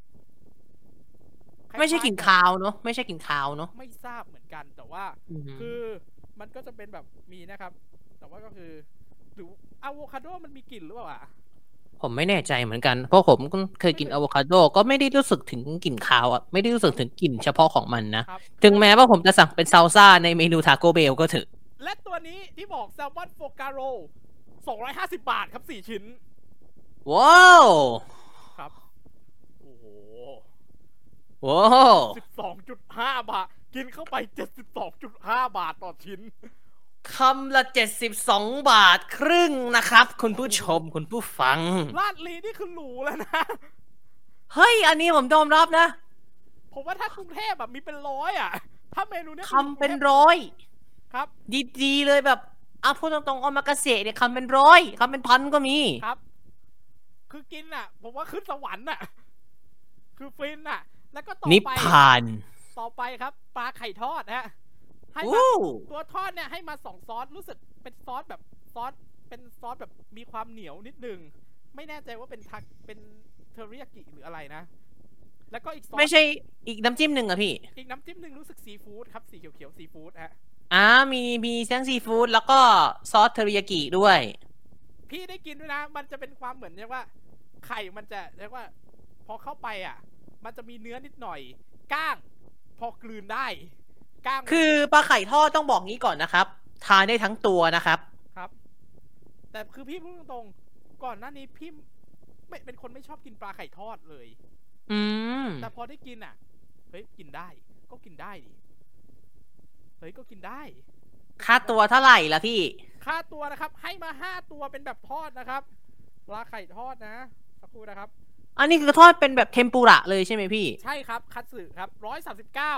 Speaker 5: ไม่ใช่กลิ่นคาวเนาะ ไม่ใช่กลิ่นคาวเนาะ
Speaker 3: ไม่ทราบเหมือนกัน แต่ว่า
Speaker 5: อืม
Speaker 3: คือมันก็จะเป็นแบบมีนะครับ แต่ว่าก็คือหรืออะโวคาโดมันมีกลิ่นหรือเปล่าอ่ะ
Speaker 5: ผมไม่แน่ใจเหมือนกัน เพราะผมก็เคยกินอะโวคาโดก็ไม่ได้รู้สึกถึงกลิ่นคาวอ่ะ ไม่ได้รู้สึกถึงกลิ่นเฉพาะของมันนะ
Speaker 3: ครับ
Speaker 5: ถึงแม้ว่าผมจะสั่งเป็นซาลซ่าในเมนูทาโกเบลก็เถอะ
Speaker 3: และตัวนี้ที่บอกแซลมอนโฟกาโรสองร้อยห้าสิบบาทครับสี่ชิ้น
Speaker 5: ว้าว
Speaker 3: ครับ โอ้โห
Speaker 5: ว้าว
Speaker 3: สิบสองจุดห้าบาท กินเข้าไปเจ็ดสิบสองจุดห้าบาทต่อชิ้น
Speaker 5: คำละเจ็ดสิบสองบาทครึ่งนะครับ คุณผู้ชมคุณผู้ฟัง
Speaker 3: ลาดลีนี่คือหรูแล้วนะ
Speaker 5: เฮ้ย อันนี้ผมยอมรับนะ
Speaker 3: ผมว่าถ้ากรุงเทพแบบมีเป็นร้อยอ่ะ ถ้าเมนูเนี้ย
Speaker 5: คำเป็นร้อย
Speaker 3: ครับ
Speaker 5: ดีๆเลยแบบอ่ะพูดตรงๆเอามากาเสะเนี่ยคำเป็นร้อยคำเป็นพันก็มี
Speaker 3: ครับ คือกินอ่ะ ผมว่าขึ้นสวรรค์อ่ะ คือฟินอ่ะ แล้วก็ต่อ
Speaker 5: นิพ
Speaker 3: ไป
Speaker 5: พาน
Speaker 3: ต่อไปครับ ปลาไข่ทอดฮะ ให้มา
Speaker 5: อู้
Speaker 3: ตัวทอดเนี่ยให้มาสองซอส รู้สึกเป็นซอสแบบซอส เป็นซอสแบบมีความเหนียวนิดนึง ไม่แน่ใจว่าเป็นทัก เป็นเทอริยากิหรืออะไรนะ แล้วก็อีกซอส
Speaker 5: ไม่ใช่อีกน้ำจิ้มหนึ่งอะพี่
Speaker 3: อีกน้ำจิ้มหนึ่งรู้สึกซีฟู้ดครับ สีเขียวๆซีฟู้ดฮะ
Speaker 5: อ่ามีมีทั้งซีฟู้ดแล้วก็ซอสเทอริยากิด้วย
Speaker 3: พี่ได้กินด้วยนะ มันจะเป็นความเหมือนเรียกว่า ไข่มันจะเรียกว่า พอเข้าไปอ่ะ มันจะมีเนื้อนิดหน่อย ก้าง พอกลืนได้ ก้างมัน
Speaker 5: คือปลาไข่ทอดต้องบอกงี้ก่อนนะครับ ทานได้ทั้งตัวนะครับ
Speaker 3: ครับ แต่คือพี่พูดตรงๆ ก่อนหน้านี้พี่ไม่เป็นคนไม่ชอบกินปลาไข่ทอดเลย
Speaker 5: อืม
Speaker 3: แต่พอได้กินอ่ะ เฮ้ยกินได้ ก็กินได้ดิ เฮ้ยก็กินได้
Speaker 5: ค่าตัวเท่าไหร่ล่ะพี่
Speaker 3: ค่าตัวนะครับ ให้มาห้าตัวเป็นแบบทอดนะครับ ปลาไข่ทอดนะ สักครู่นะครับ
Speaker 5: อันนี้คือทอดเป็นแบบเทมปุระเลยใช่ไหมพี่
Speaker 3: ใช่ครับ คัตสึครับร้อยสามสิบเก้า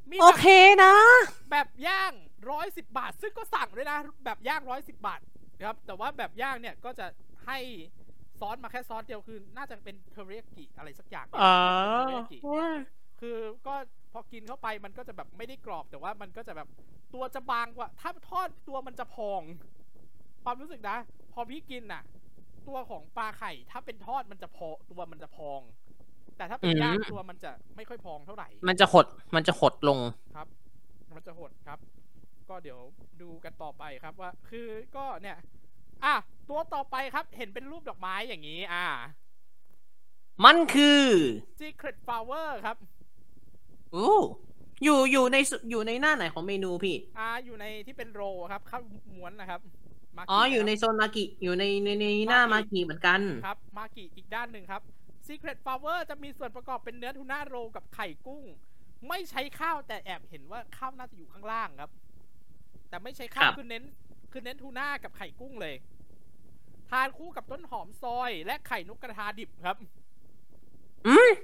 Speaker 3: มี
Speaker 5: โอเคนะ
Speaker 3: แบบย่างร้อยสิบบาทซึ่งก็สั่งด้วยนะแบบย่างร้อยสิบบาทครับแต่ว่าแบบย่างเนี่ยก็จะให้ซอสมาแค่ซอสเดียวคือน่าจะเป็นเทอริยากิอะไรสักอย่าง
Speaker 5: อ๋อ
Speaker 3: เทอริยากิคือก็พอกินเข้าไปมันก็จะแบบไม่ได้กรอบแต่ว่ามันก็จะแบบตัวจะบางกว่าถ้าทอดตัวมันจะพองความรู้สึกนะพอพี่กินน่ะตัวของปลาไข่ถ้าเป็นทอดมันจะพอตัวมันจะพองแต่ถ้าเป็นย่างตัวมันจะไม่ค่อยพองเท่าไหร่
Speaker 5: มันจะหดมันจะหดลง
Speaker 3: ครับมันจะหดครับก็เดี๋ยวดูกันต่อไปครับว่าคือก็เนี่ยอ่ะตัวต่อไปครับเห็นเป็นรูปดอกไม้อย่างนี้อ่ะ
Speaker 5: มันคือ
Speaker 3: Secret Flower ครับ
Speaker 5: อู้อยู่อยู่ในอยู่ในหน้าไหนของเมนูพี่
Speaker 3: อ่าอยู่ในที่เป็นโรครับข้าวม้วนนะครับ
Speaker 5: อ๋ออยู่ในโซนมากิอยู่ในในในหน้ามากิเหมือนกัน
Speaker 3: ครับมากิอีกด้านหนึ่งครับ Secret Flower จะมีส่วนประกอบเป็นเนื้อทูน่าโรกับไข่กุ้งไม่ใช้ข้าวแต่แอบเห็นว่าข้าวน่าจะอยู่ข้างล่างครับแต่ไม่ใช้ข้าวคือเน้นคือเน้นทูน่ากับไข่กุ้งเลยทานคู่กับต้นหอมซอยและไข่นกกระทาดิบครับ
Speaker 5: อืม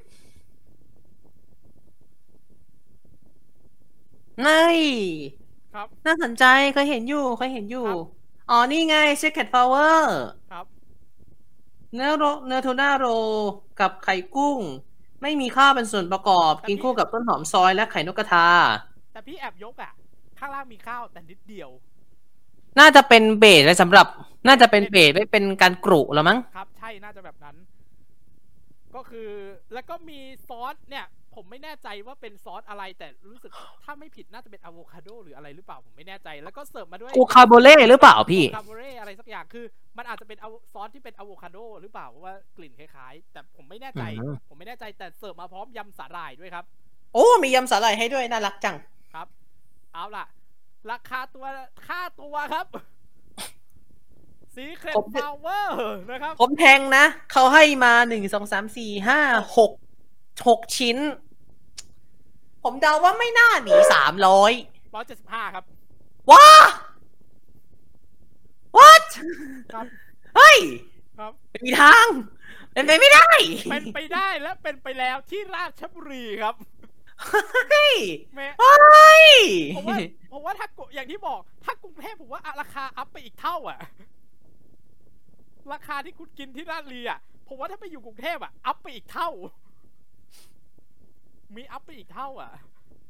Speaker 5: นี่
Speaker 3: ครับ
Speaker 5: น่าสนใจเคยเห็นอยู่เคยเห็นอยู่อ๋อนี่ไง Secret Flower
Speaker 3: ครับ
Speaker 5: เนื้อโรเนื้อทูน่าโรกับไข่กุ้งไม่มีข้าวเป็นส่วนประกอบกินคู่กับต้นหอมซอยและไข่นกกระทา
Speaker 3: แต่พี่แอบยกอ่ะข้างล่างมีข้าวแต่นิดเดียว
Speaker 5: น่าจะเป็นเบสเลยสำหรับน่าจะเป็นเบสไม่เป็นการกรุแล้วมั้ง
Speaker 3: ครับใช่น่าจะแบบนั้นก็คือแล้วก็มีซอสเนี่ยผมไม่แน่ใจว่าเป็นซอสอะไรแต่รู้สึกถ้าไม่ผิดน่าจะเป็นอะโวคาโดหรืออะไรหรือเปล่าผมไม่แน่ใจแล้วก็เสิร์ฟมาด้วย
Speaker 5: กูคาโบเล่หรือเปล่าพี่
Speaker 3: คาโบเล่อะไรสักอย่างคือมันอาจจะเป็นซอสที่เป็นอะโวคาโดหรือเปล่าว่ากลิ่นคล้ายๆแต่ผมไม่แน่ใจผมไม่แน่ใจแต่เสิร์ฟมาพร้อมยำสาหร่ายด้วยครับ
Speaker 5: โอ้มียำสาหร่ายให้ด้วยน่ารักจัง
Speaker 3: ครับเอาล่ะราคาตัวค่าตัวครับSecret Flower นะครับ
Speaker 5: ผมแทงนะเขาให้มาหนึ่งสองสามสี่ห้าหกหกชิ้นผมเดาว่าไม่น่าหนีสามร้อย
Speaker 3: ร้อยเจ็ดสิบห้าครับ
Speaker 5: ว้า what
Speaker 3: ครับ
Speaker 5: เฮ้ย
Speaker 3: ครับ
Speaker 5: ไม่มีทางเป็นไปไม่ได้
Speaker 3: เป็นไปได้และเป็นไปแล้วที่ราชบุรีครับ
Speaker 5: เฮ้ย
Speaker 3: เฮ้ยผมว่าผมว่าถ้าอย่างที่บอกถ้ากรุงเทพผมว่าราคาอัพไปอีกเท่าอ่ะราคาที่คุณกินที่ราชบุรีอ่ะผมว่าถ้าไปอยู่กรุงเทพอ่ะอัพไปอีกเท่ามีอัพไปอีกเท่าอ่ะ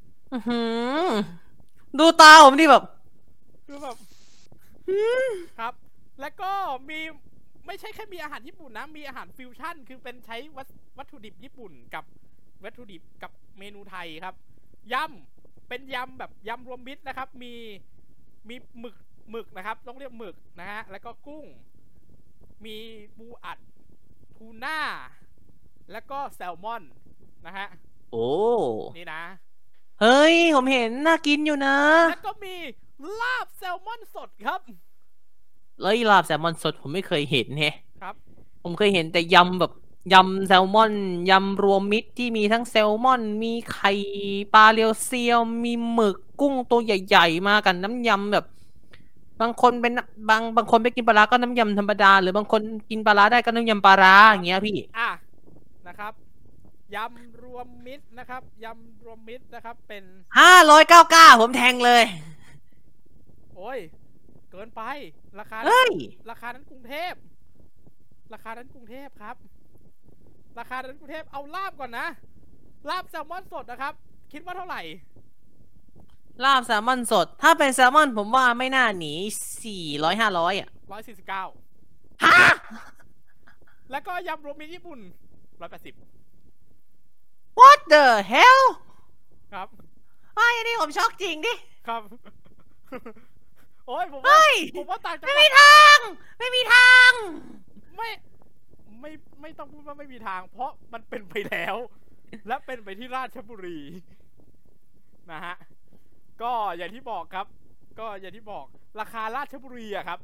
Speaker 5: ดูตาผมดิแบบ
Speaker 3: คือแบบครับแล้วก็มีไม่ใช่แค่มีอาหารญี่ปุ่นนะมีอาหารฟิวชั่นคือเป็นใช้วัตถุดิบญี่ปุ่นกับวัตถุดิบกับเมนูไทยครับยำเป็นยำแบบยำรวมมิตรนะครับมีมีหมึกหมึกนะครับต้องเรียกหมึกนะฮะแล้วก็กุ้งมีปูอัดทูน่าแล้วก็แซลมอนนะฮะ
Speaker 5: โอ้
Speaker 3: นี่นะ
Speaker 5: เฮ้ยผมเห็นน่ากินอยู่นะ
Speaker 3: แล้วก็มีลาบแซลมอนสดครับ
Speaker 5: แล้วลาบแซลมอนสดผมไม่เคยเห็นแฮะ
Speaker 3: ครับ
Speaker 5: ผมเคยเห็นแต่ยำแบบยำแซลมอนยำรวมมิตรที่มีทั้งแซลมอนมีไข่ปลาเรียวเซียวมีหมึกกุ้งตัวใหญ่ๆมากันน้ำยำแบบบางคนเป็นบางบางคนไม่กินปลาร้าก็น้ำยำธรรมดาหรือบางคนกินปลาร้าได้ก็น้ำยำปลาร้าอย่างเงี้ยพี่
Speaker 3: อ่ะนะครับยำรวมมิตรนะครับยำรวมมิตรนะครับเป็น
Speaker 5: ห้าร้อยเก้าเก้าผมแทงเลย
Speaker 3: โอ้ยเกินไปราคาราคานั้นกรุงเทพราคานั้นกรุงเทพครับราคานั้นกรุงเทพเอาลาบก่อนนะลาบแซลมอนสดนะครับคิดว่าเท่าไหร่
Speaker 5: ลาบแซลมอนสดถ้าเป็นแซลมอนผมว่าไม่น่าหนีสี่ร้อยห้าร้อยอ่ะ
Speaker 3: ร้อยสี่สิบเก้าฮะแล้วก็ยำรวมมิตรญี่ปุ่นร้อยแปดสิบ
Speaker 5: what the hell
Speaker 3: ครับ
Speaker 5: ไอ้อันนี้ผมช็อกจริงดิ
Speaker 3: ครับโอ้ยผมว่าผมว่าต่างจังหวัด
Speaker 5: ไม่มีทางไม่มีทาง
Speaker 3: ไม่ไม่ไม่ต้องพูดว่าไม่มีทางเพราะมันเป็นไปแล้วและเป็นไปที่ราชบุรีนะฮะก็อย่างที่บอกครับก็อย่างที่บอกราคาราชบุรีอะครับ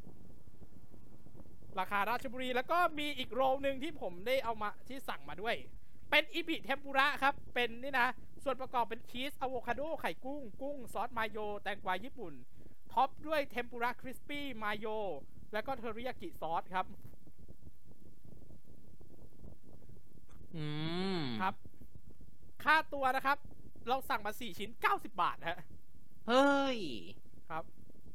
Speaker 3: ราคาราชบุรีแล้วก็มีอีกโรลนึงที่ผมได้เอามาที่สั่งมาด้วยเป็นอิบิเทมปุระครับเป็นนี่นะส่วนประกอบเป็นชีสอะโวคาโดไข่กุ้งกุ้งซอสมาโยแตงกวาญี่ปุ่นท็อปด้วยเทมปุระคริสปี้มาโยแล้วก็เทอริยากิซอสครับ
Speaker 5: อืม
Speaker 3: ครับค่าตัวนะครับเราสั่งมาสี่ชิ้นเก้าสิบบาทฮะ
Speaker 5: เฮ้ย
Speaker 3: ครับ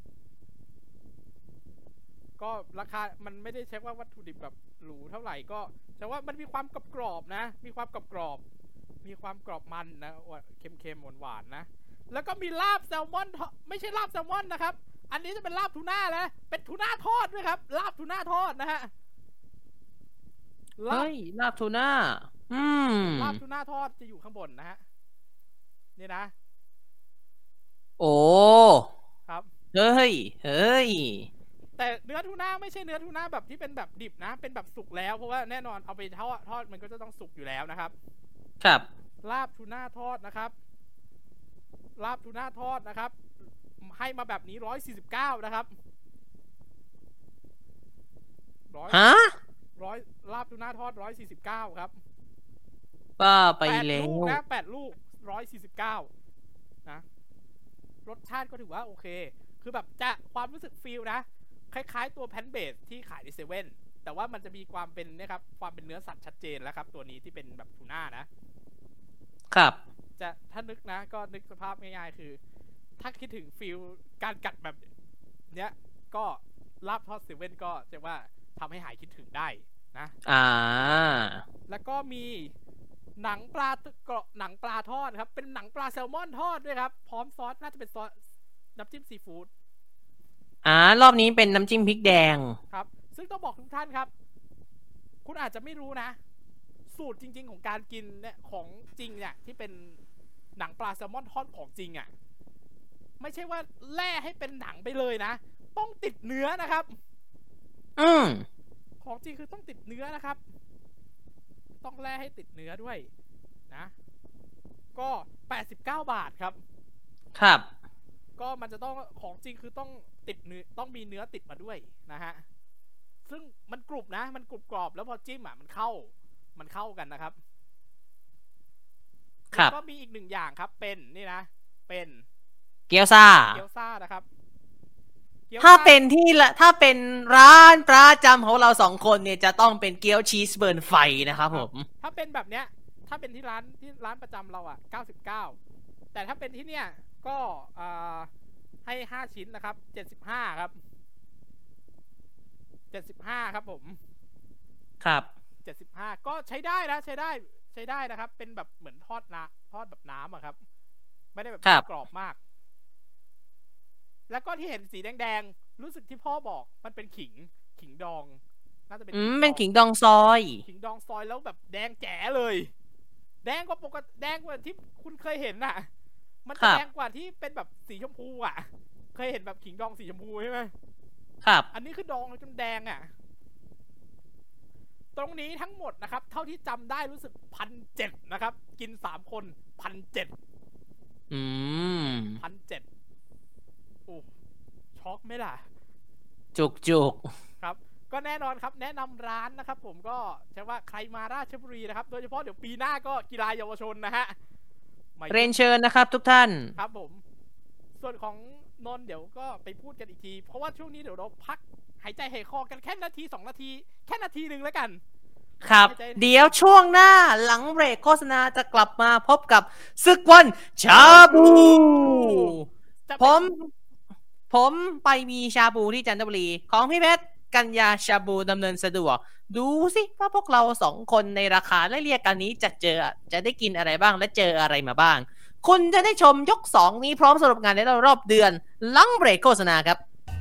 Speaker 3: ก็ราคามันไม่ได้เช็คว่าวัตถุดิบแบบหรูเท่าไหร่ก็แต่ว่ามันมีความกรอบๆนะมีความกรอบๆมีความกรอบมันนะเค็มๆหวานๆนะแล้วก็มีลาบแซลมอนไม่ใช่ลาบแซลมอนนะครับอันนี้จะเป็นลาบทูน่าแล้วเป็นทูน่าทอดด้วยครับลาบทูน่าทอดนะฮะ
Speaker 5: เฮ้ยลาบทูน่าอืม
Speaker 3: ลาบทูน่าทอดจะอยู่ข้างบนนะฮะนี่นะ
Speaker 5: โอ้
Speaker 3: ครับ
Speaker 5: เฮ้ยเฮ้ย
Speaker 3: แต่เนื้อทูน่าไม่ใช่เนื้อทูน่าแบบที่เป็นแบบดิบนะเป็นแบบสุกแล้วเพราะว่าแน่นอนเอาไปทอดทอดมันก็จะต้องสุกอยู่แล้วนะครับ
Speaker 5: ครับ
Speaker 3: ลาบทูน่าทอดนะครับลาบทูน่าทอดนะครับให้มาแบบนี้ร้อยสี่สิบเก้านะครับ
Speaker 5: ฮะ
Speaker 3: ร้อยลาบทูน่าทอดร้อยสี่สิบเก้าครับ
Speaker 5: ป้าไปแล้ว
Speaker 3: แปดลูกนะแปดลูกร้อยสี่สิบเก้านะรสชาติก็ถือว่าโอเคคือแบบจะความรู้สึกฟีลนะคล้ายๆตัวแพนเบสที่ขายในเซเว่นแต่ว่ามันจะมีความเป็นนะครับความเป็นเนื้อสัตว์ชัดเจนแล้วครับตัวนี้ที่เป็นแบบทูน่านะครับจะถ้านึกนะก็นึกสภาพง่ายๆคือถ้าคิดถึงฟีลการกัดแบบเนี้ยก็ลาบทอดเซเว่นก็จะว่าทำให้หายคิดถึงได้นะ
Speaker 5: อ่า
Speaker 3: แล้วก็มีหนังปลาเกาะหนังปลาทอดครับเป็นหนังปลาแซลมอนทอดด้วยครับพร้อมซอสน่าจะเป็นซอสน้ำจิ้มซีฟู้ด
Speaker 5: อ่ารอบนี้เป็นน้ำจิ้มพริกแดง
Speaker 3: ครับซึ่งต้องบอกทุกท่านครับคุณอาจจะไม่รู้นะสูตรจริงๆของการกินเนี่ยของจริงเนี่ยที่เป็นหนังปลาแซลมอนทอดของจริงอ่ะไม่ใช่ว่าแล่ให้เป็นหนังไปเลยนะต้องติดเนื้อนะครับ
Speaker 5: อืม
Speaker 3: ของจริงคือต้องติดเนื้อนะครับต้องแล่ให้ติดเนื้อด้วยนะก็แปดสิบเก้าบาทครับ
Speaker 5: ครับ
Speaker 3: ก็มันจะต้องของจริงคือต้องติดเนื้อต้องมีเนื้อติดมาด้วยนะฮะซึ่งมันกรุบนะมันกรุบกรอบแล้วพอจิ้มอ่ะมันเข้ามันเข้ากันนะครับ
Speaker 5: ครับ
Speaker 3: ก็มีอีกหนึ่งอย่างครับเป็นนี่นะเป็น
Speaker 5: เกี๊ยวซ่า
Speaker 3: เกี๊ยวซ่านะครับ
Speaker 5: ถ้าเป็นที่ละถ้าเป็นร้านประจำของเราสองคนเนี่ยจะต้องเป็นเกี๊ยวชีสเบิร์นไฟนะครับผม
Speaker 3: ถ้าเป็นแบบเนี้ยถ้าเป็นที่ร้านที่ร้านประจำเราอ่ะเก้าสิบเก้าแต่ถ้าเป็นที่เนี้ยก็อ่าให้ห้าชิ้นนะครับเจ็ดสิบห้าครับเจ็ดสิบห้าครับผม
Speaker 5: ครับ
Speaker 3: เจ็ดสิบห้าก็ใช้ได้นะใช้ได้ใช้ได้นะครับเป็นแบบเหมือนทอดนะทอดแบบน้ำอะครับไม่ได้แบบกรอบมากแล้วก็ที่เห็นสีแดงๆรู้สึกที่พ่อบอกมันเป็นขิงขิงดองน่าจะเป็น
Speaker 5: อืมเป็นขิงดองซอย
Speaker 3: ขิงดองซอยแล้วแบบแดงแจ๋เลยแดงกว่าปกติแดงกว่าที่คุณเคยเห็นน่ะมันแดงกว่าที่เป็นแบบสีชมพูอ่ะเคยเห็นแบบขิงดองสีชมพูใช่ไหม
Speaker 5: ครับ
Speaker 3: อันนี้คือดองจนแดงอ่ะตรงนี้ทั้งหมดนะครับเท่าที่จำได้รู้สึกพันเจ็ดนะครับกินสามคนพันเจ็ด
Speaker 5: อืม
Speaker 3: พันเจ็ดโอ้ช็อกไหมล่ะ
Speaker 5: จุกจุก
Speaker 3: ครับก็แน่นอนครับแนะนำร้านนะครับผมก็ใช่ว่าใครมาราชบุรีนะครับโดยเฉพาะเดี๋ยวปีหน้าก็กีฬาเยาวชนนะฮะ
Speaker 5: เรียนเชิญนะครับทุกท่าน
Speaker 3: ครับผมส่วนของนนท์เดี๋ยวก็ไปพูดกันอีกทีเพราะว่าช่วงนี้เดี๋ยวเราพักหายใจหายคอกันแค่นาทีสองนาทีแค่นาทีหนึ่งแล้วกัน
Speaker 5: ครับเดี๋ยวช่วงหน้าหลังเบรกโฆษณาจะกลับมาพบกับศึกวันชาบูผมผมไปมีชาบูที่จันทบุรีของพี่เพชรกัญญาชาบูดำเนินสะดวกดูสิว่าพวกเราสองคนในราคาไล่เรียกกันนี้จะเจอจะได้กินอะไรบ้างและเจออะไรมาบ้างคุณจะได้ชมยกสองนี้พร้อมสรุปงานในรอบเดือนหลังเบรกโฆษณาครับ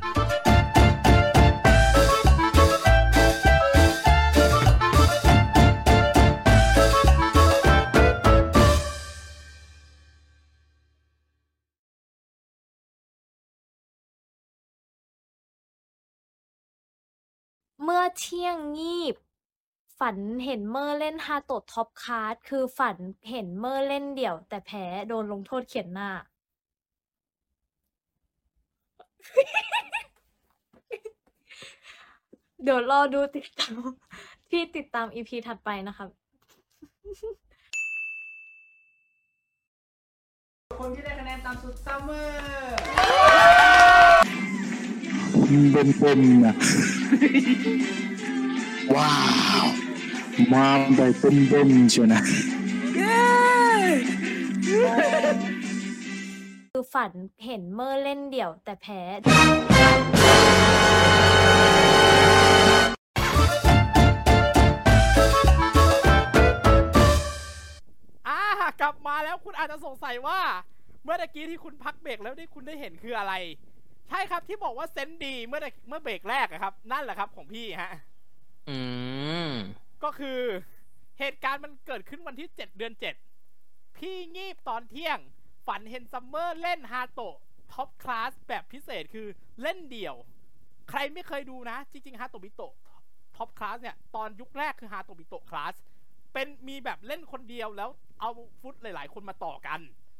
Speaker 6: เมื่อเที่ยงงีบฝันเห็นเมอร์เล่นฮาโตะท็อปคาร์ดคือฝันเห็นเมอร์เล่นเดี่ยวแต่แพ้โดนลงโทษเขียนหน้า เดี๋ยวรอดูติดตามพี่ติดตาม อี พี ถัดไปนะครับ
Speaker 2: คนที่ได้คะแนนตามสุดซัมเมอร์
Speaker 7: เป็นเป็นนะว้าวมาได้เป็นเป็นเชียวนะ
Speaker 6: คือฝันเห็นเมอร์เล่นเดี่ยวแต่แพ้
Speaker 3: อ่ากลับมาแล้วคุณอาจจะสงสัยว่าเมื่อตะกี้ที่คุณพักเบรกแล้วที่คุณได้เห็นคืออะไรใช่ครับที่บอกว่าเซนส์ดีเมื่อเมื่อเบรกแรกอะครับนั่นแหละครับของพี่ฮะ
Speaker 5: อืม
Speaker 3: ก็คือเหตุการณ์มันเกิดขึ้นวันที่เจ็ดเดือนเจ็ดพี่งีบตอนเที่ยงฝันเห็นซัมเมอร์เล่นฮาโตะท็อปคลาสแบบพิเศษคือเล่นเดี่ยวใครไม่เคยดูนะจริงๆฮาโตะบิโตะท็อปคลาสเนี่ยตอนยุคแรกคือฮาโตะบิโตะคลาสเป็นมีแบบเล่นคนเดียวแล้วเอาฟุตหลายๆคนมาต่อกัน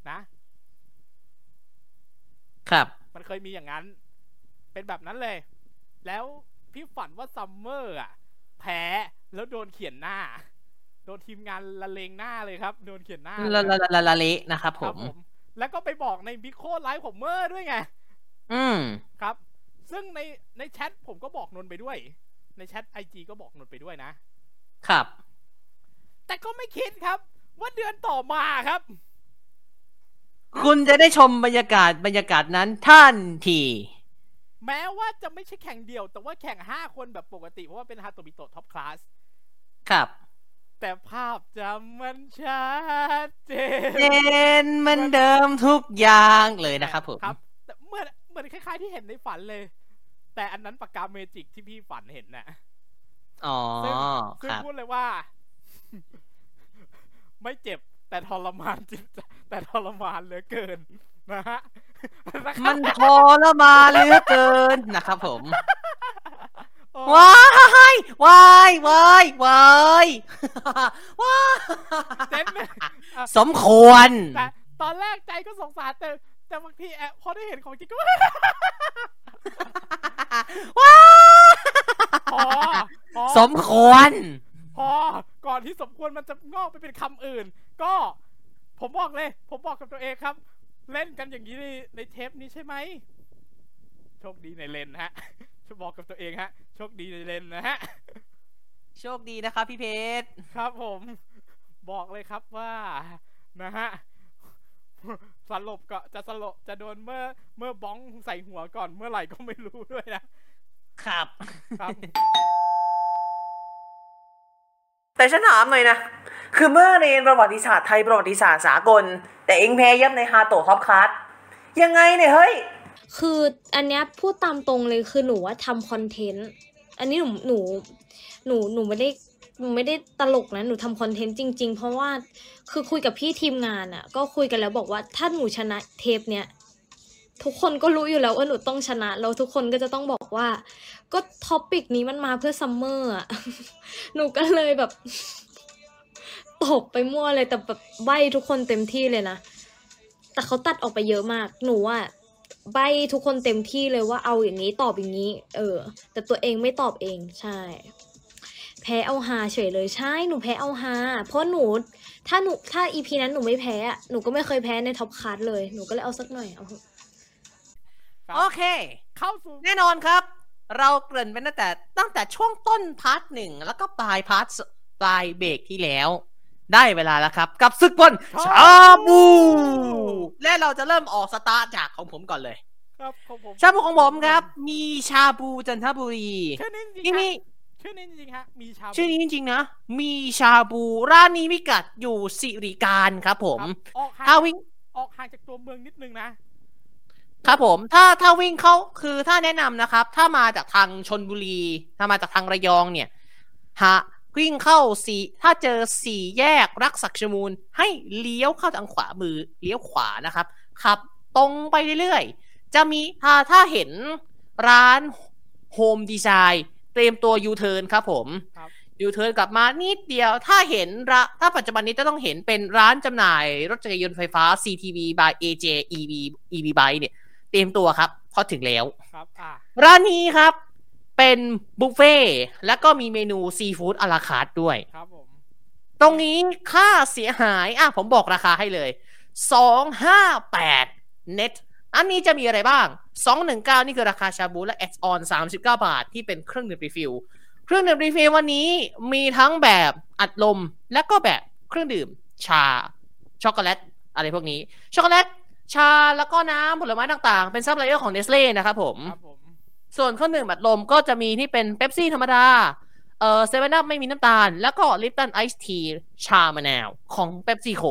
Speaker 3: นะครับมันเคยมีอย่างนั้นเป็นแบบนั้นเลยแล้วพี่ฝันว่าซัมเมอร์อ่ะแพ้แล้วโดนเขียนหน้าโดนทีมงานละเลงหน้าเลยครับโดนเขียนหน้า
Speaker 5: ละละละละเละนะครับผม
Speaker 3: แล้วก็ไปบอกในบิ๊กโค้ดไลฟ์ผมเมอร์ด้วยไง
Speaker 5: อืม
Speaker 3: ครับซึ่งในในแชทผมก็บอกนนไปด้วยในแชทไอจีก็บอกนนไปด้วยนะครับแต่ก็ไม่คิดครับว่าเดือนต่อมาครับ
Speaker 5: คุณจะได้ชมบรรยากาศบรรยากาศนั้นท่านที
Speaker 3: แม้ว่าจะไม่ใช่แข่งเดียวแต่ว่าแข่งห้าคนแบบปกติเพราะว่าเป็นฮาโตบิโตะท็อปคลาส
Speaker 5: ครับ
Speaker 3: แต่ภาพจำมันชัดเจ
Speaker 5: นเหมือนเดิมทุกอย่างเลยนะครับผม
Speaker 3: ครับแต่เหมือนเหมือนคล้ายๆที่เห็นในฝันเลยแต่อันนั้นปากกาเมจิกที่พี่ฝันเห็นน่ะ
Speaker 5: อ๋อ
Speaker 3: ซึ่งพูดเลยว่าไม่เจ็บแต่ทรมานจิตแต่ทรมานเหลือเกินนะฮะ
Speaker 5: มันทรมานเหลือเกินนะครับผมว้ายวายวายวายวายสมควร
Speaker 3: แต่ตอนแรกใจก็สงสารแต่แต่บางทีแอบพอได้เห็นของจริงก็
Speaker 5: ว้าวสมควร
Speaker 3: พอก่อนที่สมควรมันจะงอกไปเป็นคำอื่นก็ผมบอกเลยผมบอกกับตัวเองครับเล่นกันอย่างนี้ในในเทปนี้ใช่ไหมโชคดีในเลนฮะจะบอกกับตัวเองฮะโชคดีในเลนนะฮะ
Speaker 5: โชคดีนะครับพี่เพชร
Speaker 3: ครับผมบอกเลยครับว่านะฮะสลบก็จะสลบจะโดนเมื่อเมื่อบ้องใส่หัวก่อนเมื่อไหร่ก็ไม่รู้ด้วยนะครับครับ
Speaker 5: แต่ฉันถามหน่อยนะคือเมื่อเรียนประวัติศาสตร์ไทยประวัติศาสตร์สากลแต่เองแพ้ยับในฮาโตะท็อปคลาสยังไงเนี่ยเฮ้ย
Speaker 6: คืออันเนี้ยพูดตามตรงเลยคือหนูว่าทำคอนเทนต์อันนี้หนูหนูหนูหนูไม่ได้หนูไม่ได้ตลกนะหนูทำคอนเทนต์จริงๆเพราะว่าคือคุยกับพี่ทีมงานอ่ะก็คุยกันแล้วบอกว่าถ้าหนูชนะเทปเนี้ยทุกคนก็รู้อยู่แล้วว่าหนูต้องชนะแล้วทุกคนก็จะต้องบอกว่าก็ท็อปิกนี้มันมาเพื่อซัมเมอร์อ่ะหนูก็เลยแบบตบไปมั่วเลยแต่แบบใบทุกคนเต็มที่เลยนะแต่เขาตัดออกไปเยอะมากหนูอ่ะใบทุกคนเต็มที่เลยว่าเอาอย่างนี้ตอบอย่างนี้เออแต่ตัวเองไม่ตอบเองใช่แพ้เอาฮาเฉยเลยใช่หนูแพ้เอาฮาเพราะหนูถ้าหนูถ้าอีพีนั้นหนูไม่แพ้อ่ะหนูก็ไม่เคยแพ้ในท็อปคลาสเลยหนูก็เลยเอาสักหน่อยเอา
Speaker 5: โอเคเข้าสู่แน่นอนครับเราเกริ่นไปตั้งแต่ตั้งแต่ช่วงต้นพาร์ทหนึ่งแล้วก็ปลายพาร์ทปลายเบรกที่แล้วได้เวลาแล้วครับกับศึกบอลชาบูและเราจะเริ่มออกสตาร์ทจากของผมก่อนเลย
Speaker 3: ครับของผม
Speaker 5: ชาบูของผมครับมีชาบูจันทบุรี
Speaker 3: ชื่อนี้จริงๆชื่อนี้จริงๆฮะมีชาบู
Speaker 5: ชื่อนี้จริงๆนะมีชาบูร้านนี้พิกัดอยู่สิริการครับผม
Speaker 3: ถ้าวิ่งออกห่างจากตัวเมืองนิดนึงนะครับ
Speaker 5: ผมถ้าถ้าวิ่งเข้าคือถ้าแนะนำนะครับถ้ามาจากทางชลบุรีถ้ามาจากทางระยองเนี่ยฮะวิ่งเข้าสี่ถ้าเจอสี่แยกรักศักชมูลให้เลี้ยวเข้าทางขวามือเลี้ยวขวานะครับขับตรงไปเรื่อยๆจะมีถ้าถ้าเห็นร้านโฮมดีไซน์เตรียมตัวยูเทิร์นครับผมยูเทิร์นกลับมานิดเดียวถ้าเห็นถ้าปัจจุบันนี้จะต้องเห็นเป็นร้านจำหน่ายรถจักรยานไฟฟ้า ซี ที วี by เอ เจ อี วี อี วี Bike เนี่ยเตรียมตัวครับพอถึงแล้ว
Speaker 3: ครับ
Speaker 5: ร้านนี้ครับเป็นบุฟเฟ่แล้วก็มีเมนูซีฟู้ดอะลาคาร์ทด้วย
Speaker 3: ครับผม
Speaker 5: ตรงนี้ค่าเสียหายอ่ะผมบอกราคาให้เลยสองร้อยห้าสิบแปดเน็ตอันนี้จะมีอะไรบ้างสองร้อยสิบเก้านี่คือราคาชาบูและแอดออนสามสิบเก้าบาทที่เป็นเครื่องดื่มรีฟิลเครื่องดื่มรีฟิลวันนี้มีทั้งแบบอัดลมและก็แบบเครื่องดื่มชาช็อกโกแลตอะไรพวกนี้ช็อกโกแลตชาแล้วก็น้ำผลไม้ต่างๆเป็นซัพพลายเออร์ของเนสเล่นะครับผม
Speaker 3: ครับผม
Speaker 5: ส่วนเครื่องดื่มอัดลมก็จะมีที่เป็นเป๊ปซี่ธรรมดาเอ่อเซเว่นอัพไม่มีน้ำตาลแล้วก็ลิปตันไอซ์ทีชามะนาวของเป๊ปซี่โค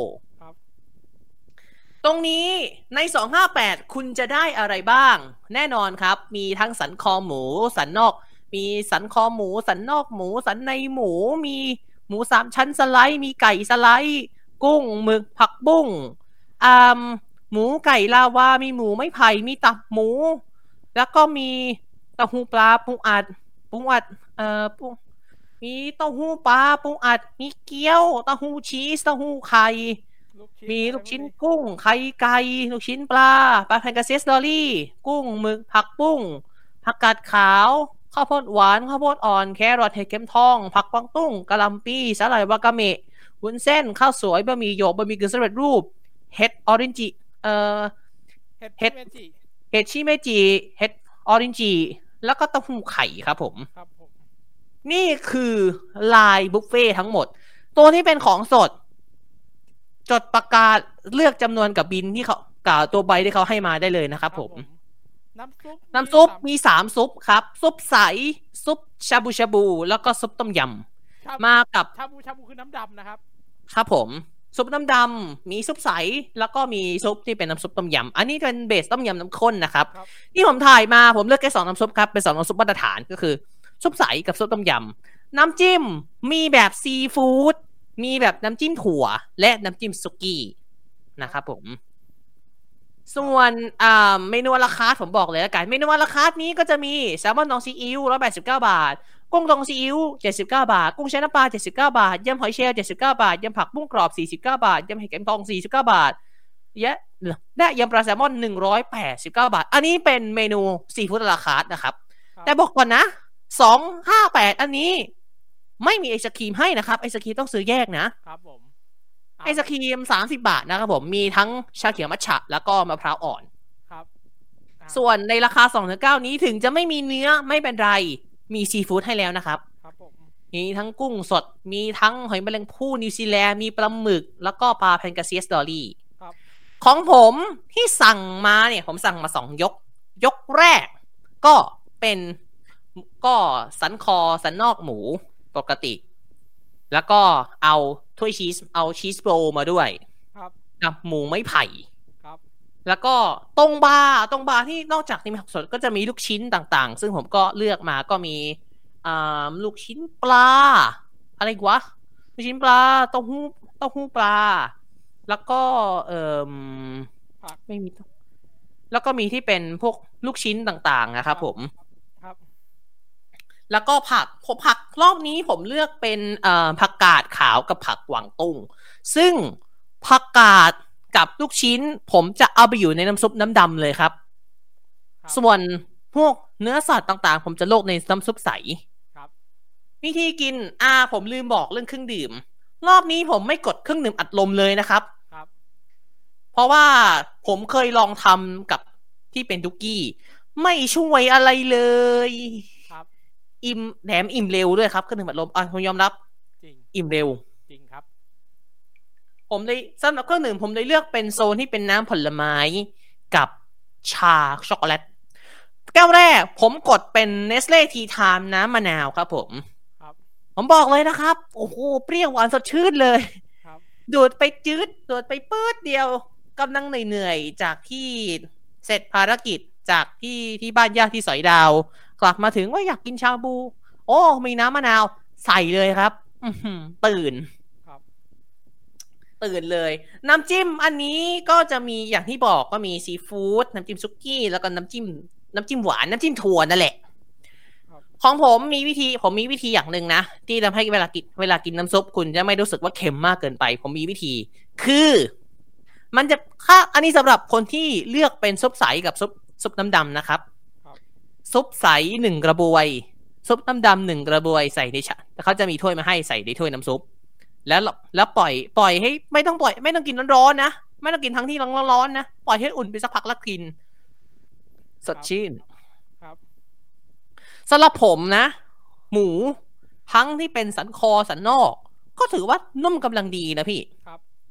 Speaker 5: ตรงนี้ในสองห้าแปดคุณจะได้อะไรบ้างแน่นอนครับมีทั้งสันคอหมูสันนอกมีสันคอหมูสันนอกหมูสันในหมูมีหมูสามชั้นสไลด์มีไก่สไลด์กุ้งหมึกผักบุ้งอ่าหมูไก่ลาวามีหมูไม้ไผ่มีตับหมูแล้วก็มีเต้าหู้ปลาปูอัดปูอัดเอ่อปูมีเต้าหู้ปลาปูอัดมีเกี๊ยวเต้าหู้ชีสเต้าหู้ไข่มีลูกชิ้นกุ้งไข่ไก่ลูกชิ้นปลาปลาแพนกาเซสดอรี่กุ้งหมึกผักบุ้งผักกาดขาวข้าวโพดหวานข้าวโพดอ่อนแครอทเห็ดเข็มทองผักกวางตุ้งกะหล่ำปีสาหร่ายวากาเมะวุ้นเส้นข้าวสวยบะหมี่หยกบะหมี่กึ่งสำเร็จรูปเห็ดออรินจิเอ่อเห็ดเห็ดชิเมจิเห็ดออรินจิแล้วก็เต้าหู้ไข่ครับผม
Speaker 3: ครับผม
Speaker 5: นี่คือลายบุฟเฟ่ทั้งหมดตัวที่เป็นของสดจดประกาศเลือกจำนวนกับบินที่เขากับตัวใบที่เขาให้มาได้เลยนะครับผม
Speaker 3: น้ำซุป
Speaker 5: น้ำซุปมีสามซุปครับซุปใสซุปชาบูชาบูแล้วก็ซุปต้มยำมากับ
Speaker 3: ชาบูชาบูคือน้ำดำนะครับ
Speaker 5: ครับผมซุปน้ำดำมีซุปใสแล้วก็มีซุปที่เป็นน้ำซุปต้มยำอันนี้เป็นเบสต้มยำน้ำข้นนะครับที่ผมถ่ายมาผมเลือกแค่สองน้ำซุปครับเป็นสองน้ำซุปมาตรฐานก็คือซุปใสกับซุปต้มยำน้ำจิ้มมีแบบซีฟู้ดมีแบบน้ำจิ้มถั่วและน้ำจิ้มสุกี้นะครับผมส่วนเมนูอะลาคาร์ทผมบอกเลยละกันเมนูอะลาคาร์ทนี้ก็จะมีแซลมอนดองซีอิ๊วหนึ่งร้อยแปดสิบเก้าบาทกุ้งดองซีอิ๊วเจ็ดสิบเก้าบาทกุ้งแช่น้ำปลาเจ็ดสิบเก้าบาทยำหอยเชลล์เจ็ดสิบเก้าบาทยำผักบุ้งกรอบสี่สิบเก้าบาทยำเห็ดเข็มทองสี่สิบเก้าบาทเยอะและยำปลาแซลมอนหนึ่งร้อยแปดสิบเก้าบาทอันนี้เป็นเมนูซีฟู้ดอะลาคาร์ทนะครับแต่บอกก่อนนะสองห้าแปดอันนี้ไม่มีไอศครีมให้นะครับไอศครีมต้องซื้อแยกนะครับ
Speaker 3: ผม
Speaker 5: ไอศครีมสามสิบบาทนะครับผมมีทั้งชาเขียวมัทฉะแล้วก็มะพร้าวอ่อน
Speaker 3: ครับ
Speaker 5: ส่วนในราคา สองถึงเก้า นี้ถึงจะไม่มีเนื้อไม่เป็นไรมีซีฟู้ดให้แล้วนะครับ
Speaker 3: ครับผม
Speaker 5: มีทั้งกุ้งสดมีทั้งหอยแมลงภู่นิวซีแลนด์มีปลาหมึกแล้วก็ปลาแพนกาเซียสดอรี่ของผมที่สั่งมาเนี่ยผมสั่งมาสองยกยกแรกก็เป็นก็สันคอสันนอกหมูปกติแล้วก็เอาถ้วยชีสเอาชีสโรลมาด้วยกับหมูไม้ไผ่แล้วก็ตรงบาร์ตรงบาร์ที่นอกจากนี้มีผักสดก็จะมีลูกชิ้นต่างๆซึ่งผมก็เลือกมาก็มีอ่าลูกชิ้นปลาอะไรวะลูกชิ้นปลาเต้าหู้เต้าหู้ปลาแล้วก็เอ่อไม่มีแล้วก็มีที่เป็นพวกลูกชิ้นต่างๆนะครับผมแล้วก็ผักผมผักรอบนี้ผมเลือกเป็นเอ่อผักกาดขาวกับผักกวางตุ้งซึ่งผักกาดกับลูกชิ้นผมจะเอาไปอยู่ในน้ำซุปน้ำดำเลยครับส่วนพวกเนื้อสัตว์ต่างๆผมจะโลกในน้ำซุปใสวิธีกินอ่าผมลืมบอกเรื่องเครื่องดื่มรอบนี้ผมไม่กดเครื่องดื่มอัดลมเลยนะครับเพราะว่าผมเคยลองทำกับที่เป็นทุกกี้ไม่ช่วยอะไรเลยอิ่มแถมอิ่มเร็วด้วยครับเครื่องดื่มอัดลมอ่ะผมยอมรับ
Speaker 3: จริง
Speaker 5: อิ่มเร็ว
Speaker 3: จริงครับ
Speaker 5: ผมเลยสำหรับเครื่องดื่มผมเลยเลือกเป็นโซนที่เป็นน้ำผลไม้กับชาช็อกโกแลตแก้วแรกผมกดเป็น Nestle Tea Time น้ำมะนาวครับผม
Speaker 3: ครับ
Speaker 5: ผมบอกเลยนะครับโอ้โหเปรี้ยวหวานสดชื่นเลย
Speaker 3: ครับ
Speaker 5: ดูดไปจืดดูดไปปื๊ดเดียวกำลังเหนื่อยๆจากที่เสร็จภารกิจจากที่ที่บ้านญาติที่สอยดาวกลับมาถึงว่าอยากกินชาบูโอ้มีน้ำมะนาวใส่เลยครับตื่นตื่นเลยน้ำจิ้มอันนี้ก็จะมีอย่างที่บอกก็มีซีฟู้ดน้ำจิ้มซุกี้แล้วก็น้ำจิ้มน้ำจิ้มหวานน้ำจิ้มถั่วนั่นแหละของผมมีวิธีผมมีวิธีอย่างหนึ่งนะที่ทำให้เวลากินเวลากินน้ำซุปคุณจะไม่รู้สึกว่าเค็มมากเกินไปผมมีวิธีคือมันจะค่าอันนี้สำหรับคนที่เลือกเป็นซุปใสกับซุปซุปน้ำดำนะครับซุปใสหนึ่งกระบวยซุปน้ำดำหนึ่งกระบวยใส่ในชามแล้วเขาจะมีถ้วยมาให้ใส่ในถ้วยน้ำซุปแล้วแล้วปล่อยปล่อยให้ไม่ต้องปล่อยไม่ต้องกินร้อนๆนะไม่ต้องกินทั้งที่ร้อนๆนะปล่อยให้อุ่นไปสักพักแล้วกินสดชื่น
Speaker 3: ครับ
Speaker 5: สำหรับผมนะหมูทั้งที่เป็นสันคอสันนอกก็ถือว่านุ่มกำลังดีนะพี่
Speaker 3: ครับ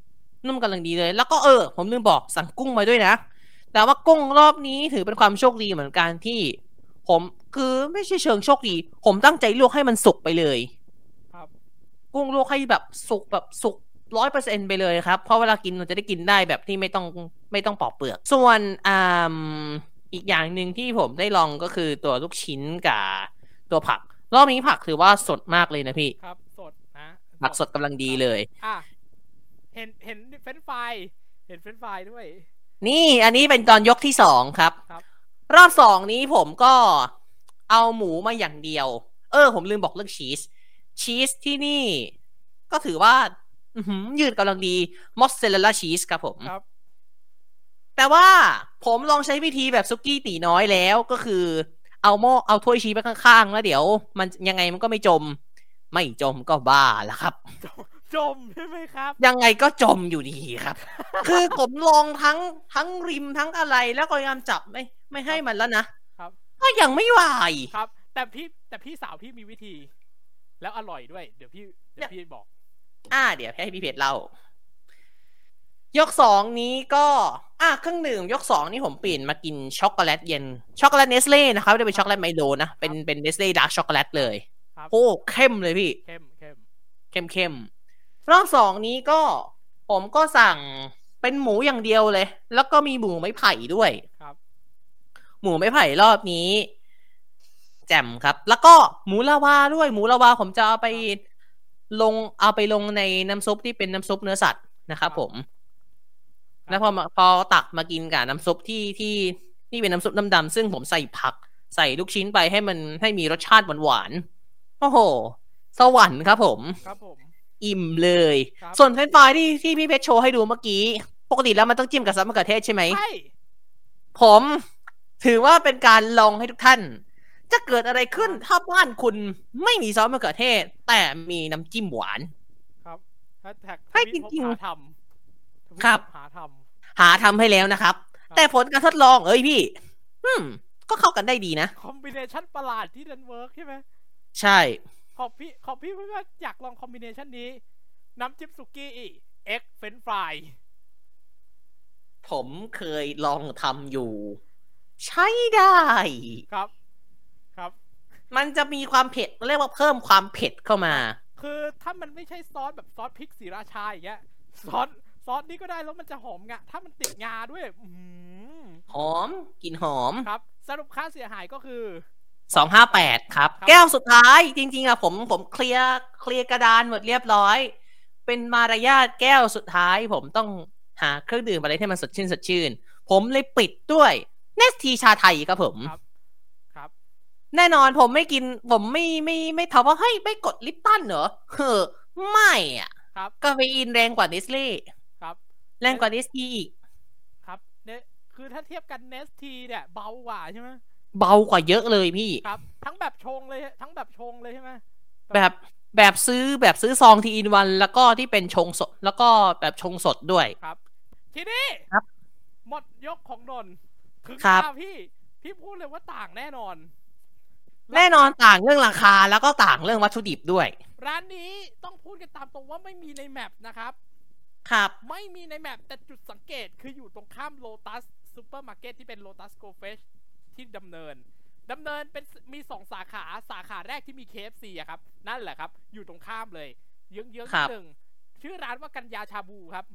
Speaker 5: นุ่มกำลังดีเลยแล้วก็เออผมลืมบอกสั่งกุ้งมาด้วยนะแต่ว่ากุ้งรอบนี้ถือเป็นความโชคดีเหมือนกันที่ผมคือไม่ใช่เชิงโชคดีผมตั้งใจลวกให้มันสุกไปเลย
Speaker 3: ครับ
Speaker 5: กุ้งลวกให้แบบสุกแบบสุกร้อยเปอร์เซ็นไปเลยครับเพราะเวลากินเราจะได้กินได้แบบที่ไม่ต้องไม่ต้องปอกเปลือกส่วนอ่าอีกอย่างหนึ่งที่ผมได้ลองก็คือตัวลูกชิ้นกับตัวผักรอบนี้ผักถือว่าสดมากเลยนะพี่
Speaker 3: ครับสดนะ
Speaker 5: ผักสดกำลังดีเลย
Speaker 3: อ่ะเห็นเห็นเฟรนช์ฟรายเห็นเฟรนช์ฟรายด้วย
Speaker 5: นี่อันนี้เป็นตอนยกที่สองครับ
Speaker 3: ครับ
Speaker 5: รอบสองนี้ผมก็เอาหมูมาอย่างเดียวเออผมลืมบอกเรื่องชีสชีสที่นี่ก็ถือว่ายืดกำลังดีมอสซาเรลล่าชีสครับผม
Speaker 3: ครับ
Speaker 5: แต่ว่าผมลองใช้วิธีแบบซุกี้ตีน้อยแล้วก็คือเอาหม้อเอาถ้วยชีสไปข้างๆแล้วเดี๋ยวมันยังไงมันก็ไม่จมไม่จมก็บ้าแล้วครับ
Speaker 3: จมใช่ไหมครับ
Speaker 5: ยังไงก็จมอยู่ดีครับ คือผมลองทั้งทั้งริมทั้งอะไรแล้วก็พยายามจับไม่ไม่ให้มันแล้วนะครับก็ยังไม่ไหว
Speaker 3: ครับแต่พี่แต่พี่สาวพี่มีวิธีแล้วอร่อยด้วยเดี๋ยวพี่เดี๋ยวพี่บอก
Speaker 5: อ่าเดี๋ยวให้พี่เพชรเล่ายกสองนี้ก็อ่ะเครื่องดื่มยกสองนี่ผมเปลี่ยนมากินช็อกโกแลตเย็นช็อกโกแลตเนสเล่นะครับไม่ได้เป็นช็อกโกแลตไมโลนะเป็นเป็นเนสเล่ดาร์กช็อกโกแลตเลยโอ้เข้มเลยพี่
Speaker 3: เข้มเข้ม
Speaker 5: เข้มเข้มรอบสองนี้ก็ผมก็สั่งเป็นหมูอย่างเดียวเลยแล้วก็มีหมูไม้ไผ่ด้วย
Speaker 3: ครับ
Speaker 5: หมูไม้ไผ่รอบนี้แจ่มครับแล้วก็หมูลาวาด้วยหมูลาวาผมจะเอาไปลงเอาไปลงในน้ำซุปที่เป็นน้ำซุปเนื้อสัตว์นะครับผมแล้วพอพอตักมากินกับน้ำซุปที่ที่ที่เป็นน้ำซุปน้ำดำซึ่งผมใส่ผักใส่ลูกชิ้นไปให้มันให้มีรสชาติหวานๆโอ้โหสวรรค์ครับผม
Speaker 3: ครับผม
Speaker 5: อิ่มเลยส่วนเฟรนช์ฟรายที่ที่พี่เพชรโชว์ให้ดูเมื่อกี้ปกติแล้วมันต้องจิ้มกับซอสมะเขือเทศใช่ไหม
Speaker 3: ใช่
Speaker 5: ผมถือว่าเป็นการลองให้ทุกท่านจะเกิดอะไรขึ้นถ้าบ้านคุณไม่มีซอสมะเขือเทศแต่มีน้ำจิ้มหวาน
Speaker 3: ครับ
Speaker 5: ให้จริง
Speaker 3: ๆหาท
Speaker 5: ำครับ
Speaker 3: หาท
Speaker 5: ำหาทำให้แล้วนะครับแต่ผลการทดลองเอ้ยพี่อืมก็เข้ากันได้ดีนะ
Speaker 3: คอมบิเนชันประหลาดที่ดันเวิร์กใช่ไหม
Speaker 5: ใช่
Speaker 3: ของพี่ของพี่เพื่อนอยากลองคอมบิเนชันนี้น้ำจิ้มสุกี้เอ็กเฟรนช์ฟราย
Speaker 5: ผมเคยลองทำอยู่ใช้ได้
Speaker 3: ครับครับ
Speaker 5: มันจะมีความเผ็ดเรียกว่าเพิ่มความเผ็ดเข้ามา
Speaker 3: คือถ้ามันไม่ใช่ซอสแบบซอสพริกศรีราชาอย่างเงี้ยซอสซอสนี้ก็ได้แล้วมันจะหอมงาถ้ามันติดงาด้วย
Speaker 5: หอมกลิ่นหอม
Speaker 3: ครับสรุปค่าเสียหายก็คือ
Speaker 5: สองห้าแปดครับแก้วสุดท้ายจริงๆอะผมผมเคลียร์เคลียร์กระดานหมดเรียบร้อยเป็นมารยาทแก้วสุดท้ายผมต้องหาเครื่องดื่มอะไรที่มันสดชื่นสดชื่นผมเลยปิดด้วยเนสทีชาไทยครับผม
Speaker 3: ครับครับ
Speaker 5: แน่นอนผมไม่กินผมไม่ไม่ไม่ถามว่าเฮ้ยไม่กดลิปตันเหรอเฮ้อไม่อ่ะ
Speaker 3: ครับ
Speaker 5: กาเฟอีนแรงกว่าเนสเล่
Speaker 3: ครับ
Speaker 5: แรงกว่าเนสทีอีก
Speaker 3: ครับเนี่ยคือถ้าเทียบกันเนสทีเนี่ยเบากว่าใช่ไหม
Speaker 5: เบากว่าเยอะเลยพี่
Speaker 3: ครับทั้งแบบชงเลยทั้งแบบชงเลยใช่ไหม
Speaker 5: แบบแบบซื้อแบบซื้อซองทีอินวันแล้วก็ที่เป็นชงสดแล้วก็แบบชงสดด้วย
Speaker 3: ครับทีนี้
Speaker 5: ครับ
Speaker 3: หมดยกของนนถึง
Speaker 5: ครับ
Speaker 3: พี่พี่พูดเลยว่าต่างแน่นอน
Speaker 5: แน่นอนต่างเรื่องราคาแล้วก็ต่างเรื่องวัตถุดิบด้วย
Speaker 3: ร้านนี้ต้องพูดกันตามตรงว่าไม่มีในแมปนะครับ
Speaker 5: ครับ
Speaker 3: ไม่มีในแมปแต่จุดสังเกตคืออยู่ตรงข้ามโลตัสซูเปอร์มาร์เก็ตที่เป็นโลตัสโกลเฟชที่ดำเนินดำเนินเป็นมีสองสาขาสาขาแรกที่มี เค เอฟ ซี อะครับนั่นแหละครับอยู่ตรงข้ามเลยเยื้องๆนิดนึงชื่อร้านว่ากัญญาชาบูครับ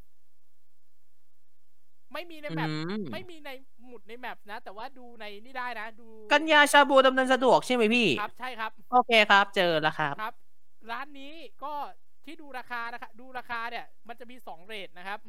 Speaker 3: ไม่มีในแมปไม่มีในหมุดในแมปนะแต่ว่าดูในนี่ได้นะดู
Speaker 5: กัญญาชาบูดำเนินสะดวกใช่ไหมพี่
Speaker 3: ครับใช่ครับ
Speaker 5: โอเคครับเจอแล้วครับ
Speaker 3: ครับร้านนี้ก็ที่ดูราคานะคะดูราคาเนี่ยมันจะมีสองเรทนะครับ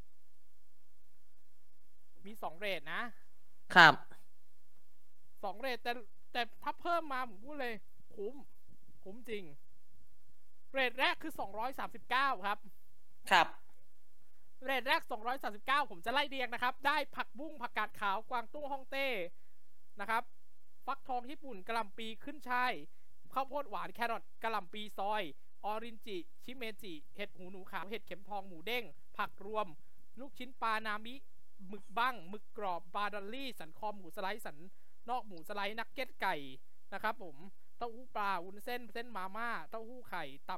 Speaker 3: มีสองเรทนะครับสองเรทแต่แต่ถ้าเพิ่มมาผมพูดเลยคุ้มคุ้มจริงเรทแรกคือสองร้อยสามสิบเก้าครับ
Speaker 5: ครับ
Speaker 3: เรทแรกสองร้อยสามสิบเก้าผมจะไล่เรียงนะครับได้ผักบุ้งผักกาดขาวกวางตุ้งฮ่องเต้นะครับฟักทองญี่ปุ่นกะหล่ำปีขึ้นช่ายข้าวโพดหวานแครอทกะหล่ำปีซอยออรินจิชิเมจิเห็ดหูหนูขาวเห็ดเข็มทองหมูเด้งผักรวมลูกชิ้นปลานามิหมึกบั้งหมึกกรอบบาดอลลี่สันคอหมูสไลด์สันนอกหมูสไลด์นักเก็ตไก่นะครับผมเต้าหู้ปลาวุ้นเส้นเส้นมาม่าเต้าหู้ไข่ตับ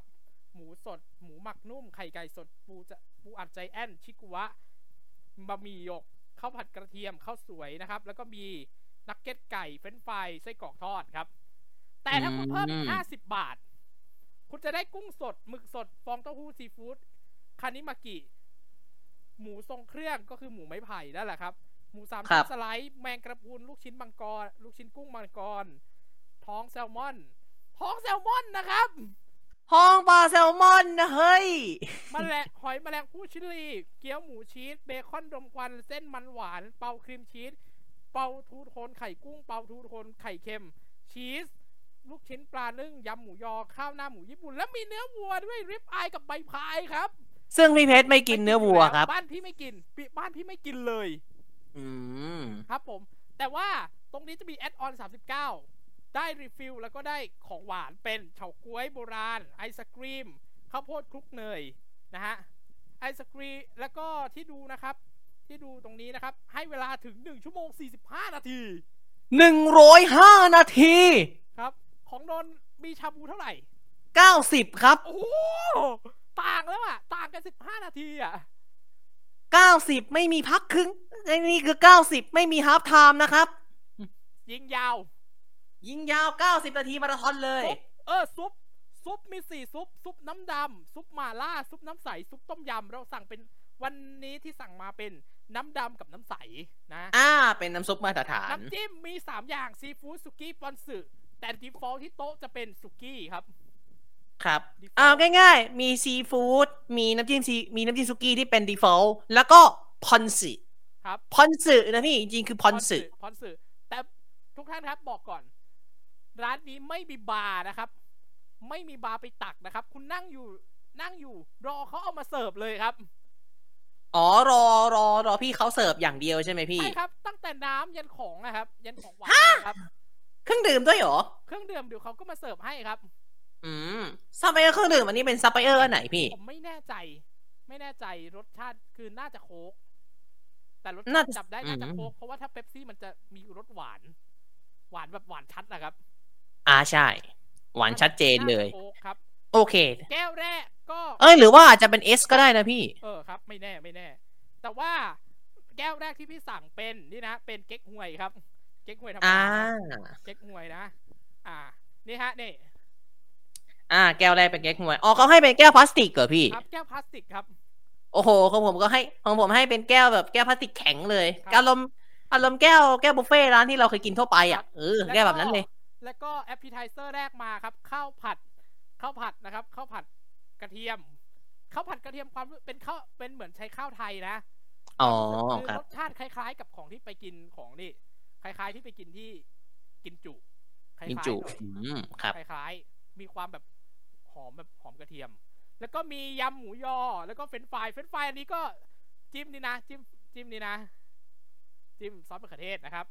Speaker 3: หมูสดหมูหมักนุ่มไข่ไก่สดปูจะปูอัดใจแอนชิกุวะบะหมี่หยกข้าวผัดกระเทียมข้าวสวยนะครับแล้วก็มีนักเก็ตไก่เฟรนช์ฟรายไส้กรอกทอดครับแต่ถ้าคุณเพิ่มอีกห้าสิบบาทคุณจะได้กุ้งสดหมึกสดฟองเต้าหู้ซีฟู้ดคานิมากิหมูทรงเครื่องก็คือหมูไม้ไผ่นั่นแหละครับหมูสามชั้นสไลด์แมงกระพรุนลูกชิ้นมังกรลูกชิ้นกุ้งมังกรท้องแซลมอนท้องแซลมอนนะครับ
Speaker 5: ท้องปลาแซลมอนนะเฮ้ย
Speaker 3: แมลงหอยแมลงภู่ชิลีเกี๊ยวหมูชีสเบคอนรมควันเส้นมันหวานเปาครีมชีสเปาทูโทนไข่กุ้งเปาทูโทนไข่เค็มชีสลูกชิ้นปลานึ่งยำหมูยอข้าวหน้าหมูญี่ปุ่นและมีเนื้อวัวด้วยริบอายกับใบพายครับ
Speaker 5: ซึ่งพี่เพชรไม่กินเนื้อวัวครับ
Speaker 3: บ้านพี่ไม่กินบ้านพี่ไม่กินเลย
Speaker 5: อืม
Speaker 3: ครับผมแต่ว่าตรงนี้จะมีแอดออนสามสิบเก้าได้รีฟิลแล้วก็ได้ของหวานเป็นเฉาก๊วยโบราณไอศกรีมข้าวโพดคลุกเนยนะฮะไอศกรีมแล้วก็ที่ดูนะครับที่ดูตรงนี้นะครับให้เวลาถึงหนึ่งชั่วโมงสี่สิบห้านาที
Speaker 5: หนึ่งร้อยห้านาที
Speaker 3: ครับของนนมีชาบูเท่าไหร่
Speaker 5: เก้าสิบครับ
Speaker 3: โอ้ต่างแล้วอ่ะต่างกันสิบห้านาทีอ่ะ
Speaker 5: เก้าสิบไม่มีพักครึ่งนี่คือเก้าสิบไม่มีฮาล์ฟไทม์นะครับ
Speaker 3: ยิงยาว
Speaker 5: ยิงยาวเก้าสิบนาทีมาราธอนเลย
Speaker 3: เออซุปซุปมีสี่ซุปซุปน้ำดำซุปหม่าล่าซุปน้ำใสซุปต้มยำเราสั่งเป็นวันนี้ที่สั่งมาเป็นน้ำดำกับน้ำใสนะ
Speaker 5: อ่าเป็นน้ำซุปมาตรฐาน
Speaker 3: น้ำจิ้มมีสามอย่างซีฟู้ดสุกี้ปอนสึแต่ดีฟอลต์ที่โต๊ะจะเป็นสุกี้ครับ
Speaker 5: ครับเอาง่ายๆมีซีฟู้ดมีน้ำจิ้มซีมีน้ำจิ้มสุกี้ที่เป็นดีฟอลต์แล้วก็พอนสึ
Speaker 3: ครับ
Speaker 5: พอนสึนะพี่จริงๆคือพอนสึ
Speaker 3: พอนสึแต่ทุกท่านครับบอกก่อนร้านนี้ไม่มีบาร์นะครับไม่มีบาร์ไปตักนะครับคุณนั่งอยู่นั่งอยู่รอเขาเอามาเสิร์ฟเลยครับ
Speaker 5: อ๋อรอรอรอพี่เขาเสิร์ฟอย่างเดียวใช่ไหมพี่
Speaker 3: ใช่ครับตั้งแต่น้ำยันของนะครับยันของหวานครับ
Speaker 5: เครื่องดื่มด้วยเหรอ
Speaker 3: เครื่องดื่มเดี๋ยวเขาก็มาเสิร์ฟให้ครับ
Speaker 5: อืมซัพพลายเออร์เครื่องดื่มอันนี้เป็นซัพพลายเออร์อันไหนพี่
Speaker 3: ผมไม่แน่ใจไม่แน่ใจรสชาติคือน่าจะโค้กแต่รสชาติจับได้น่าจะโค้กเพราะว่าถ้าเป๊ปซี่มันจะมีรสหวานหวานแบบหวานชัดนะครับ
Speaker 5: อ่าใช่หวานชัดเจนเลย
Speaker 3: ครับ
Speaker 5: โอเค
Speaker 3: แก้วแรกก็
Speaker 5: เอ้ยหรือว่าอาจจะเป็น S ก็ได้นะพี่
Speaker 3: เออครับไม่แน่ไม่แน่แต่ว่าแก้วแรกที่พี่สั่งเป็นนี่นะเป็นเก๊กฮวยครับเก๊กฮวยธรรมดาเก๊กฮวยนะอ่านี่ฮะนี่
Speaker 5: อ่าแก้วแรกเป็นเก๊กฮวยอ๋อเขาให้เป็นแก้วพลาสติกเหรอพี่
Speaker 3: ครับแก้วพลาสติกครับ
Speaker 5: โอ้โหของผมก็ให้ของผมให้เป็นแก้วแบบแก้วพลาสติกแข็งเลยอารมณ์อารมณ์แก้วแก้วบุฟเฟ่ร้านที่เราเคยกินทั่วไปอ่ะเออแก้วแบบนั้นเลย
Speaker 3: แล้วก็แอปเปิลไทเซอร์แรกมาครับข้าวผัดข้าวผัดนะครับข้าวผัดกระเทียมข้าวผัดกระเทียมความเป็นข้าวเป็นเหมือนใช้ข้าวไทยนะ
Speaker 5: อ๋อ
Speaker 3: คือรสชาติคล้ายๆกับของที่ไปกินของนี่คล้ายๆที่ไปกินที่กินจุ
Speaker 5: กินจุครับ
Speaker 3: คล้ายๆมีความแบบหอมแบบหอมกระเทียมแล้วก็มียำหมูยอแล้วก็เฟรนช์ฟรายเฟรนช์ฟรายอันนี้ก็จิ้มนี่นะจิ้มจิ้มนี่นะจิ้มซอสมะเขือเทศนะครับ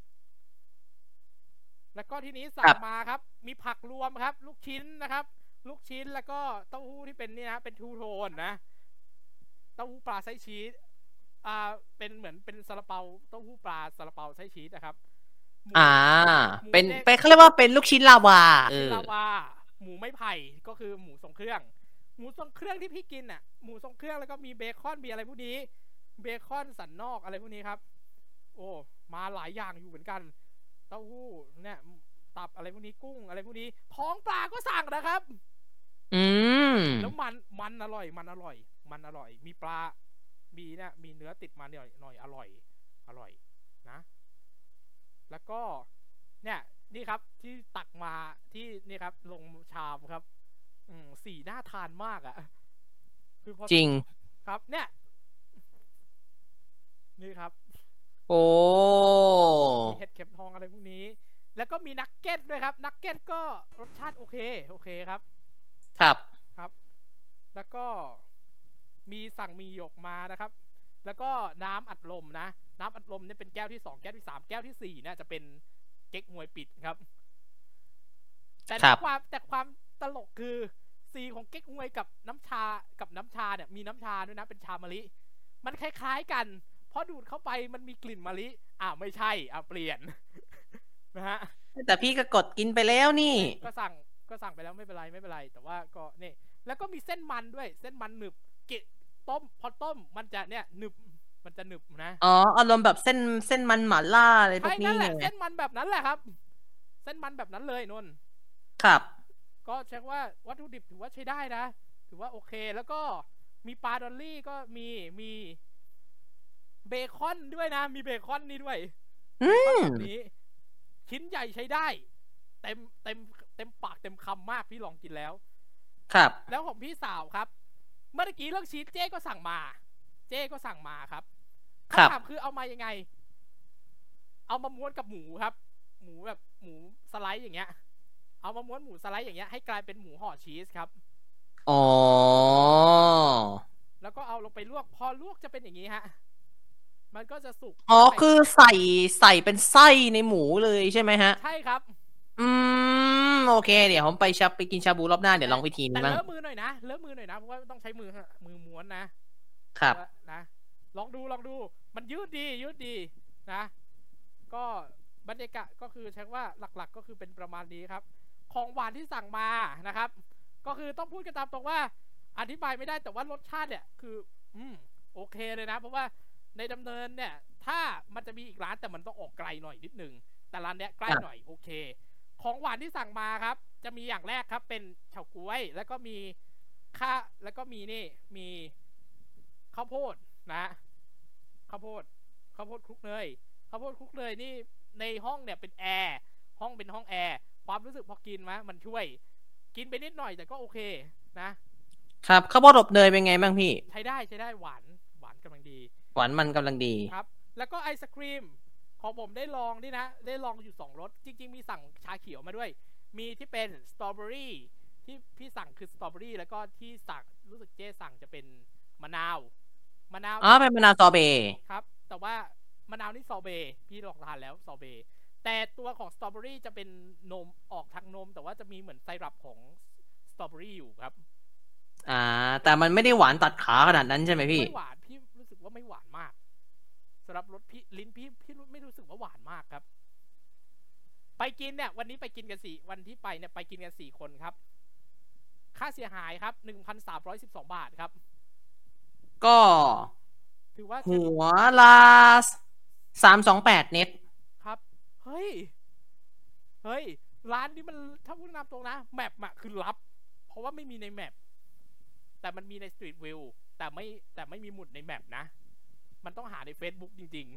Speaker 3: แล้วก็ทีนี้สั่งมาครับมีผักรวมครับลูกชิ้นนะครับลูกชิ้นแล้วก็เต้าหู้ที่เป็นนี่นะเป็นทูโทนนะเต้าหู้ปลาไส้ชีสอ่าเป็นเหมือนเป็นซาลาเปาเต้าหู้ปลาซาลาเปาไส้ชีสนะครับ
Speaker 5: อ่าเป็นเป็นเขาเรียกว่าเป็นลูกชิ้นลาวา
Speaker 3: เออลาวาหมูไม่ไผ่ก็คือหมูทรงเครื่องหมูทรงเครื่องที่พี่กินอ่ะหมูทรงเครื่องแล้วก็มีเบคอนมีอะไรพวกนี้เบคอนสันนอกอะไรพวกนี้ครับโอ้มาหลายอย่างอยู่เหมือนกันเต้าหู้เนี่ยตับอะไรพวกนี้กุ้งอะไรพวกนี้ท้องปลาก็สั่งนะครับ
Speaker 5: อืม
Speaker 3: แล้วมันมันอร่อยมันอร่อยมันอร่อยมีปลามีเนี่ยมีเนื้อติดมาหน่อยหน่อยอร่อยอร่อยนะแล้วก็เนี่ยนี่ครับที่ตักมาที่นี่ครับลงชามครับอืมสีน่าทานมากอ่ะ
Speaker 5: คือจริง
Speaker 3: ครับเนี่ยนี่ครับ
Speaker 5: โอ้
Speaker 3: เห็ดเข็มทองอะไรพวกนี้แล้วก็มีนักเก็ตด้วยครับนักเก็ตก็รสชาติโอเคโอเคครับ
Speaker 5: ครับ
Speaker 3: ครับแล้วก็มีสั่งมีหยกมานะครับแล้วก็น้ำอัดลมนะน้ำอัดลมเนี่ยเป็นแก้วที่สองแก้วที่สามแก้วที่สี่เนี่ยจะเป็นเก๊กฮวยปิดครับแต่ความแต่ความตลกคือสีของเก๊กฮวยกับน้ำชากับน้ำชาเนี่ยมีน้ำชาด้วยนะเป็นชามะลิมันคล้ายๆกันพอดูดเข้าไปมันมีกลิ่นมะลิอ่าไม่ใช่อ่าเปลี่ยนนะฮะ
Speaker 5: แต่พี่ก็กดกินไปแล้วนี่
Speaker 3: ก็สั่งก็สั่งไปแล้วไม่เป็นไรไม่เป็นไรแต่ว่าก็นี่แล้วก็มีเส้นมันด้วยเส้นมันหนึบกิต้มพอต้มมันจะเนี่ยหนึบมันจะหนึบนะ
Speaker 5: อ๋ออารมณ์แบบเส้นเส้นมันหม่าล่าอะไรพว
Speaker 3: ใช่
Speaker 5: ก
Speaker 3: นั่
Speaker 5: นี้
Speaker 3: นแห
Speaker 5: ไง
Speaker 3: ละเส้นมันแบบนั้นแหละครับ เส้นมันแบบนั้นเลยนนท์
Speaker 5: ครับ
Speaker 3: ก็เช็คว่าวัตถุดิบถือว่าใช้ได้นะถือว่าโอเคแล้วก็มีปลาดอลลี่ก็มีมีเบคอนด้วยนะมีเบคอนนี่ด้วย
Speaker 5: อืม
Speaker 3: แบบนี้ชิ้นใหญ่ใช้ได้ เต็มเต็มเต็มปากเต็มคำมากพี่ลองกินแล้ว
Speaker 5: ครับ
Speaker 3: แล้วของพี่สาวครับ เมื่อกี้เรื่องชีสเจ๊ก็สั่งมา เจ๊ก็สั่งมาครับ
Speaker 5: ครับ
Speaker 3: คำถามคือเอามายังไง เอามาม้วนกับหมูครับ หมูแบบหมูสไลด์อย่างเงี้ย เอามาม้วนหมูสไลด์อย่างเงี้ยให้กลายเป็นหมูห่อชีสครับ
Speaker 5: อ๋อ
Speaker 3: แล้วก็เอาลงไปลวกพอลวกจะเป็นอย่างนี้ฮะ มันก็จะสุก
Speaker 5: อ๋อคือใส่ใส่เป็นไส้ในหมูเลยใช่ไหมฮะ
Speaker 3: ใช่ครับ
Speaker 5: อืมโอเคเดี๋ยวผมไปชับไปกินชาบูรอบหน้าเดี๋ยวลองวิธีนี้
Speaker 3: แต่
Speaker 5: บ้าง
Speaker 3: เลอะมือหน่อยนะเลอะมือหน่อยนะเพราะว่าต้องใช้มือฮะมือม้วนนะครับ นะลองดูลองดูมันยืดดียืดดีนะ ก็บรรยากาศก็คือใช้ว่าหลักๆ ก็คือเป็นประมาณนี้ครับ ของหวานที่สั่งมานะครับ ก็คือต้องพูดกันตามตรงว่าอธิบายไม่ได้แต่ว่ารสชาติเนี่ยคืออืมโอเคเลยนะ เพราะว่าในดำเนินเนี่ยถ้ามันจะมีอีกร้านแต่มันต้องออกไกลหน่อยนิดนึงแต่ร้านเนี้ยใกล้หน่อยโอเค ของหวานที่สั่งมาครับ จะมีอย่างแรกครับเป็นเฉาก๊วยแล้วก็มีข้าแล้วก็มีนี่มีข้าวโพดนะข้าวโพดข้าวโพดคลุกเนยข้าวโพดคลุกเนยนี่ในห้องเนี่ยเป็นแอร์ห้องเป็นห้องแอร์ความรู้สึกพอกินมะมันช่วยกินไปนิดหน่อยแต่ก็โอเคนะครับ
Speaker 5: ข้าวโพดอบเนยเป็นไงบ้างพี่
Speaker 3: ใช้ได้ใช้ได้หวานหวานกำลังดี
Speaker 5: หวานมันกำลังดี
Speaker 3: ครับแล้วก็ไอศครีมของผมได้ลองนี่นะได้ลองอยู่สองรสจริงๆมีสั่งชาเขียวมาด้วยมีที่เป็นสตรอเบอรี่ที่พี่สั่งคือสตรอเบอรี่แล้วก็ที่สั่งรู้สึกเจ๊สั่งจะเป็นมะนาวมะนาว
Speaker 5: อ๋อเป็นมะนาวซอเบต์
Speaker 3: ครับแต่ว่ามะนาวนี่ซอเบต์พี่ลองทานแล้วซอเบต์แต่ตัวของสตรอเบอรี่จะเป็นนมออกทางนมแต่ว่าจะมีเหมือนไซรัปของสตรอเบอรี่อยู่ครับ
Speaker 5: อ่า แต่มันไม่ได้หวานตัดขาขนาดนั้นใช่ไหมพี่
Speaker 3: ไม่หวานพี่รู้สึกว่าไม่หวานมากสำหรับรสพี่ลิ้นพี่พี่ไม่รู้สึกว่าหวานมากครับ ไปกินเนี่ยวันนี้ไปกินกันสี่วันที่ไปเนี่ยไปกินกันสี่คนครับ ค่าเสียหายครับหนึ่งพันสามร้อยสิบสองบาทครับ
Speaker 5: ก็
Speaker 3: ถือว่า
Speaker 5: หัวละสามสองแปดเน็ต
Speaker 3: ครับเฮ้ยเฮ้ยร้านนี้มันถ้าพูดนำตรงนะแมปอะคือลับ เพราะว่าไม่มีในแมปแต่มันมีใน Street View แต่ไม่แต่ไม่มีหมุดในแมปนะมันต้องหาใน Facebook จริง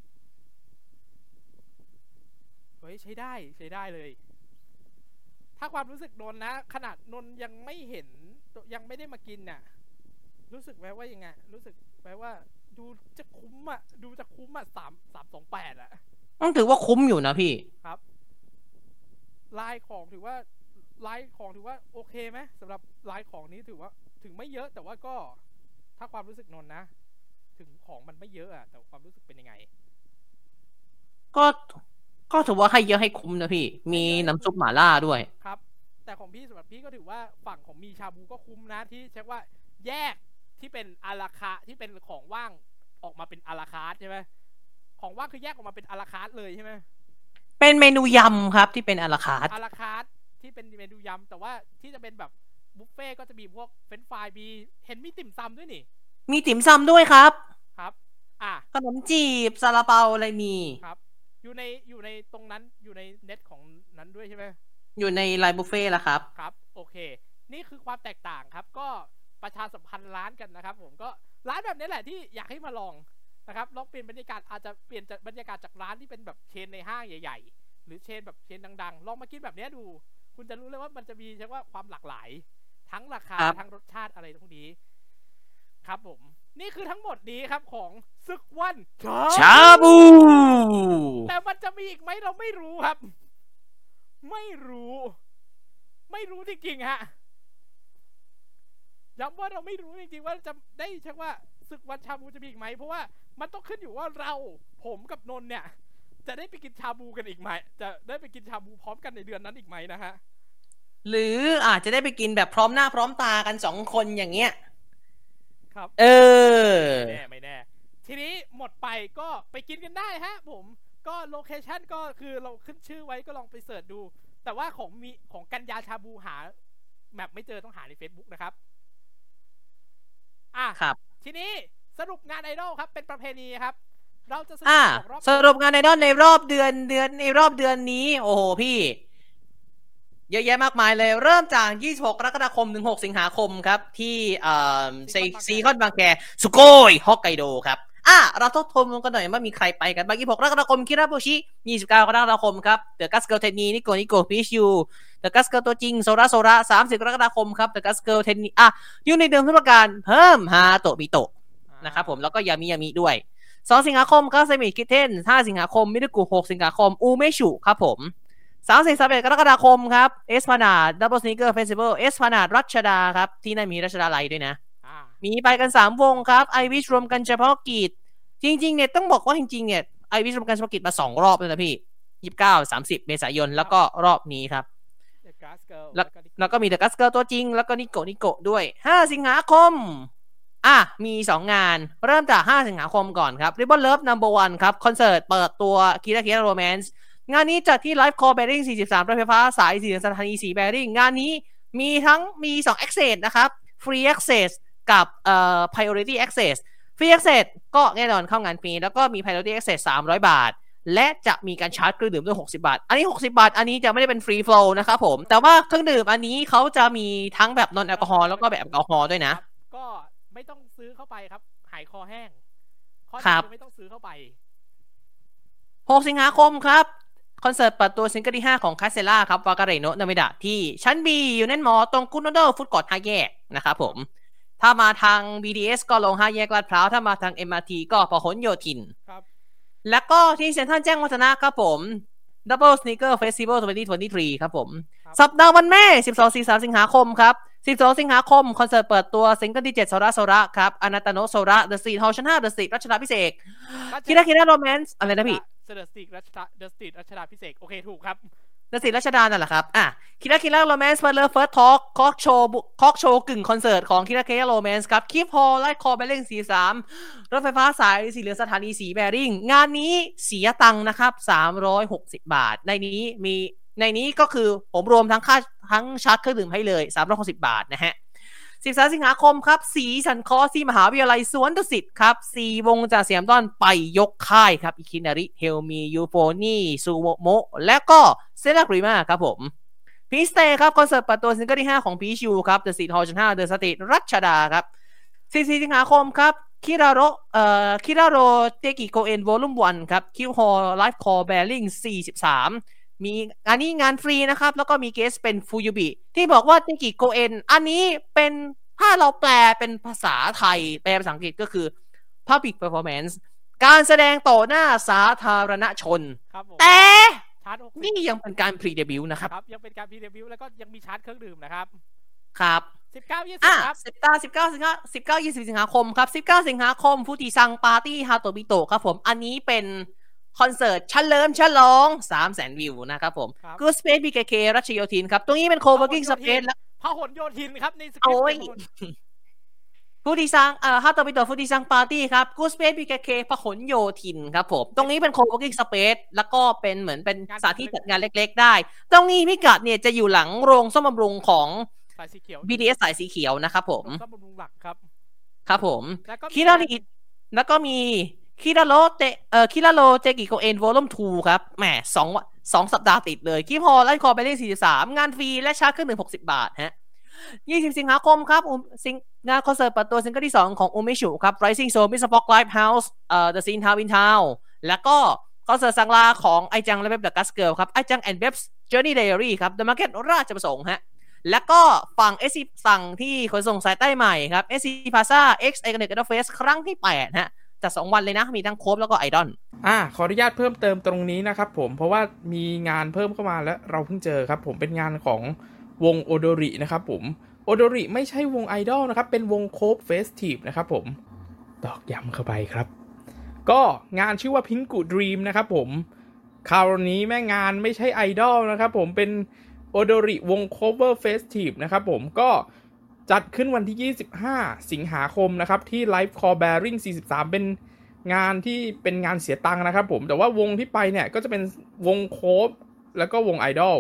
Speaker 3: ๆเฮ้ยใช้ได้ใช้ได้เลย ถ้าความรู้สึกนนนะขนาดนนยังไม่เห็นยังไม่ได้มากินน่ะรู้สึกไหมว่ายังไงรู้สึกไหมว่าดูจะคุ้มอ่ะดูจะคุ้มอ่ะสามสามสองแปดอ่ะ
Speaker 5: ต้องถือว่าคุ้มอยู่นะพี่
Speaker 3: ครับลายของถือว่าลายของถือว่าโอเคไหมสำหรับลายของนี้ถือว่าถึงไม่เยอะแต่ว่าก็ถ้าความรู้สึกนนนะถึงของมันไม่เยอะอะแต่ความรู้สึกเป็นยังไง
Speaker 5: ก็ก็ถือว่าให้เยอะให้คุ้มนะพี่ มีน้ำซุปหม่าล่าด้วย
Speaker 3: ครับแต่ของพี่สำหรับพี่ก็ถือว่าฝั่งของมีชาบูก็คุ้มนะที่เช็คว่าแยกที่เป็นอาราคาที่เป็นของว่างออกมาเป็นอาราคาใช่ไหมของว่างคือแยกออกมาเป็นอาราคาเลยใช่ไหม
Speaker 5: เป็นเมนูยำครับที่เป็นอาราคาร์ท
Speaker 3: อาราคาที่เป็นเมนูยำแต่ว่าที่จะเป็นแบบบุฟเฟ่ก็จะมีพวกเฟรนช์ฟรายมีเห็นมีติ่มซำด้วยนี่
Speaker 5: มีติ่มซำด้วยครับ
Speaker 3: ครับอ่ะ
Speaker 5: ขนมจีบซาลาเปาอะไรมี
Speaker 3: ครับอยู่ในอยู่ในตรงนั้นอยู่ในเน็ตของนั้นด้วยใช่ไหม
Speaker 5: อยู่ในไลน์บุฟเฟ่แล้วครับ
Speaker 3: ครับโอเค นี่คือความแตกต่างครับก็ประชาสัมพันธ์ร้านกันนะครับผมก็ร้านแบบนี้แหละที่อยากให้มาลองนะครับลองเปลี่ยนบรรยากาศอาจจะเปลี่ยนจากบรรยากาศจากร้านที่เป็นแบบเชนในห้างใหญ่ๆหรือเชนแบบเชนดังๆลองมากินแบบนี้ดูคุณจะรู้เลยว่ามันจะมีใช่ว่าความหลากหลายทั้งราคา
Speaker 5: ครับ
Speaker 3: ทั้งรสชาติอะไรพวกนี้ครับผมนี่คือทั้งหมดนี้ครับของศึกวัน
Speaker 5: ชาบู
Speaker 3: แต่มันจะมีอีกไหมเราไม่รู้ครับ ไม่รู้ ไม่รู้จริงๆฮะย้ำว่าเราไม่รู้จริงๆว่าจะได้ใช่ว่าศึกวันชาบูจะมีอีกไหมเพราะว่ามันต้องขึ้นอยู่ว่าเราผมกับนนท์เนี่ยจะได้ไปกินชาบูกันอีกไหมจะได้ไปกินชาบูพร้อมกันในเดือนนั้นอีกไหมนะฮะ
Speaker 5: หรืออาจจะได้ไปกินแบบพร้อมหน้าพร้อมตากันสองคนอย่างเงี้ย
Speaker 3: ครับ
Speaker 5: เออ
Speaker 3: ไม่แน่ไม่แน่ทีนี้หมดไปก็ไปกินกันได้ฮะผมก็โลเคชั่นก็คือเราขึ้นชื่อไว้ก็ลองไปเสิร์ชดูแต่ว่าของมีของกัญญาชาบูหาแบบไม่เจอต้องหาใน Facebook นะครับอ่ะ
Speaker 5: ครับ
Speaker 3: ทีนี้สรุปงานไอดอลครับเป็นประเพณีครับเราจะสรุป
Speaker 5: อ่า
Speaker 3: รอบ
Speaker 5: สรุปงานไอดอลในรอบเดือนเดือนในรอบเดือนนี้โอ้โหพี่เยอะแยะมากมายเลยเริ่มจากยี่สิบหกกรกฎาคมถึงหกสิงหาคมครับที่เอ่อซีคอนบางแคสุโกยฮอกไกโดครับอ่ะเราทบทวนกันหน่อยว่ามีใครไปกันบ้างยี่สิบหกกรกฎาคมคิราโบชิยี่สิบเก้ากรกฎาคมครับเดอะกัสเกิลเทนนีนิโกนิโกพีชยูเดอะกัสเกิลตัวจริงโซระโซระสามสิบกรกฎาคมครับเดอะกัสเกิลเทนนีอ่ะอยู่ในเดิมทุกประการเพิ่มฮาโตะมิโตะนะครับผมแล้วก็ยามิยามิด้วยสองสิงหาคมก็เซมิคิเทนห้าสิงหาคมมิดกุหกสิงหาคมอูเมชุครับผมสามสิบสามเอ็ดกรกฎาคมครับเอสพานาดดับเบิลสนีกเกอร์เฟสติวัลเอสพานาดรัชดาครับที่นั่นมีรัชดาไลท์ด้วยนะมีไปกันสามวงครับไอวิชรวมกันเฉพาะกิจจริงๆเนี่ยต้องบอกว่าจริงๆเนี่ยไอวิชรวมกันเฉพาะกิจมาสองรอบเลยนะพี่ยี่สิบเก้า สามสิบเมษายนแล้วก็รอบนี้ครับแล้วแล้วก็มีเดอะกัสเกิลตัวจริงแล้วก็นิโกนิโกด้วยห้าสิงหาคมอ่ะมีสองงานเริ่มจากห้าสิงหาคมก่อนครับ Ribbon Love Number วันครับคอนเสิร์ตเปิดตัวคิราคิราโรแมนซ์งานนี้จัดที่ Live Core Bearing สี่สิบสามรถไฟฟ้าสายสีสถานีสี Bearing งานนี้มีทั้งมีสอง Access นะครับ Free Access กับเอ่อ Priority Access Free Access ก็แน่นอนเข้างานฟรีแล้วก็มี Priority Access สามร้อยบาทและจะมีการชาร์จเครื่องดื่มด้วยหกสิบบาทอันนี้หกสิบบาทอันนี้จะไม่ได้เป็น Free Flow นะครับผมแต่ว่าเครื่องดื่มอันนี้เขาจะมีทั้งแบบ non แอลกอฮอล์แล้วก็แบบแอลกอฮอล์ด้วยนะ
Speaker 3: ก็ไม่ต้องซื้อเข้าไปครับหายคอแห้งข้อนี้ไม่ต้องซื้อเข้าไป
Speaker 5: หกสิงหาคมครับคอนเสิร์ตเปิดตัวซิงเกิลที่ห้าของคาเซล่าครับวากาเรโนะนาเมดะที่ชั้น B อยู่แน่นหมอตรงกุนโนโดฟุตกอร์ทห้าแยกนะครับผมถ้ามาทาง บี ที เอส ก็ลงห้าแยกลาดพร้าวถ้ามาทาง เอ็ม อาร์ ที ก็พหลโยธินครับแล้วก็ที่เซ็นทรัลแจ้งวัฒนะครับผม Double Sneaker Festival สองพันยี่สิบสามครับผมสัปดาห์วันแม่ สิบสอง สิบสาม สิงหาคมครับสิบสองสิงหาคมคอนเสิร์ตเปิดตัวซิงเกิลที่เจ็ดโซระโซระครับอนาตาโนะโซระ The Street Hall ชั้นห้า The Street รัชดาภิเษกคิราคิราโรแมนซ์อะไรนะพี่
Speaker 3: The Street รัชดา The Street รัชดาภิเษกโอเคถูกครับ
Speaker 5: The Street รัชดานั่นแหละครับอ่ะคิราคิราโรแมนซ์เปิดเลย First Talk คอล์กโชว์คอล์กโชว์กึ่งคอนเสิร์ตของคิราคิราโรแมนซ์ครับคิฟฮอลล์ไลท์คอร์เบลลิงสี่สิบสามรถไฟฟ้าสายสีเหลืองสถานีสีแบริ่งงานนี้เสียตังค์นะครับสามร้อยหกสิบบาทในนี้มีในนี้ก็คือผมรวมทั้งค่าทั้งชาร์จเครื่องดื่มให้เลยสามร้อยหกสิบบาทนะฮะสิบสามสิงหาคมครับสีสันคอที่มหาวิทยาลัยสวนดุสิตครับสี่วงจากสยามดอนไปยกค่ายครับอิคินาริเฮลมียูโฟนี่ซูโมโมและก็เซรากริมาครับผมพีสเตครับคอนเสิร์ตเปิดตัวซิงเกิลที่ห้าของพีชูครับเดอะสตรีทฮอลล์ชั้นห้าเดอะสตรีทรัชดาครับสิบสี่สิงหาคมครับคิราโรเอ่อคิราโรเตกิโกเอ็นวอลลุ่มวันครับคิวฮอลไลฟ์คอร์แบริ่งสี่สิบสามมีอันนี้งานฟรีนะครับแล้วก็มีเกสเป็นฟูยูบิที่บอกว่าเตกิโกเอ็นอันนี้เป็นถ้าเราแปลเป็นภาษาไทยแปลภาษาอังกฤษก็คือ Public Performance การแสดงต่อหน้าสาธารณชนแต่นี่ยังเป็นการพรีเดบิวต์นะครับ
Speaker 3: ยังเป็นการพรีเดบิวต์แล้วก็ยังมีชาร์จเครื่องดื่มนะครับ
Speaker 5: ครับ
Speaker 3: สิบเก้า ยี่สิบครับ
Speaker 5: สิบเก้า สิบเก้าสิงหาสิบเก้า ยี่สิบสิงหาคมครับสิบเก้าสิงหาคมฟูจิซังปาร์ตี้ฮาโตบิโตะครับผมอันนี้เป็นคอนเสิร์ตเฉลิมฉลอง สามแสน วิวนะครับผม Good Space บี เค เค รัชโยธินครับตรงนี้เป็น Co-working Space แล้ว
Speaker 3: พหลโยธินครับในสคริปต์
Speaker 5: ฟูจิซังเอ่อฮาโตบิโตะฟูจิซังปาร์ตี้ครับ Good Space บี เค เค พหลโยธินครับผมตรงนี้เป็น Co-working Space แล้วก็เป็นเหมือนเป็นสถานที่จัดงานเล็กๆได้ตรงนี้พิกัดเนี่ยจะอยู่หลังโรงซ่อมบำรุงของ
Speaker 3: สายสีเขียว
Speaker 5: บี ที เอส สายสีเขียวนะครับผม
Speaker 3: ซ่อมบำรุงหลักครับ
Speaker 5: ครับผมคิราริแล้วก็มีคิราโรเตเอ่อคิราโรเจกิโกเอ็นวอลลุ่มสองครับแหมสองสองสัปดาห์ติดเลยคิพอไลฟ์คอร์เบลลี่สี่สิบสามงานฟรีและชาร์จเครื่องดื่มหกสิบบาทฮะยี่สิบสิงหาคมครับงานคอนเสิร์ตเปิดตัวซิงเกิลที่สองของโอเมชุครับ Rising Soul Miss Spock Live House เอ่อ The Scene Town in Town แล้วก็คอนเสิร์ตสังลาของไอจังและเว็บ The Gus Girl ครับไอจัง and Web's Journey Diary ครับ The Market ราชประสงค์ฮะแล้วก็ฝั่ง เอส ซี ฝั่งที่ขนส่งสายใต้ใหม่ครับ เอส ซี Plaza X Iconic Idol Fest ครั้งที่แปดฮะจัดสองวันเลยนะมีทั้งโคฟแล้วก็ไอดอล
Speaker 2: อ่าขออนุญาตเพิ่มเติมตรงนี้นะครับผมเพราะว่ามีงานเพิ่มเข้ามาแล้วเราเพิ่งเจอครับผมเป็นงานของวงโอโดรินะครับผมโอโดริไม่ใช่วงไอดอลนะครับเป็นวงโคฟเฟสทีฟนะครับผมตอกย้ำเข้าไปครับก็งานชื่อว่าพิงกูดรีมนะครับผมคราวนี้แม่งานไม่ใช่ไอดอลนะครับผมเป็นโอโดริวงโคเวอร์เฟสทีฟนะครับผมก็จัดขึ้นวันที่ยี่สิบห้าสิงหาคมนะครับที่ Live Core Bearing สี่สิบสามเป็นงานที่เป็นงานเสียตังค์นะครับผมแต่ว่าวงที่ไปเนี่ยก็จะเป็นวงโคฟแล้วก็วงไอดอล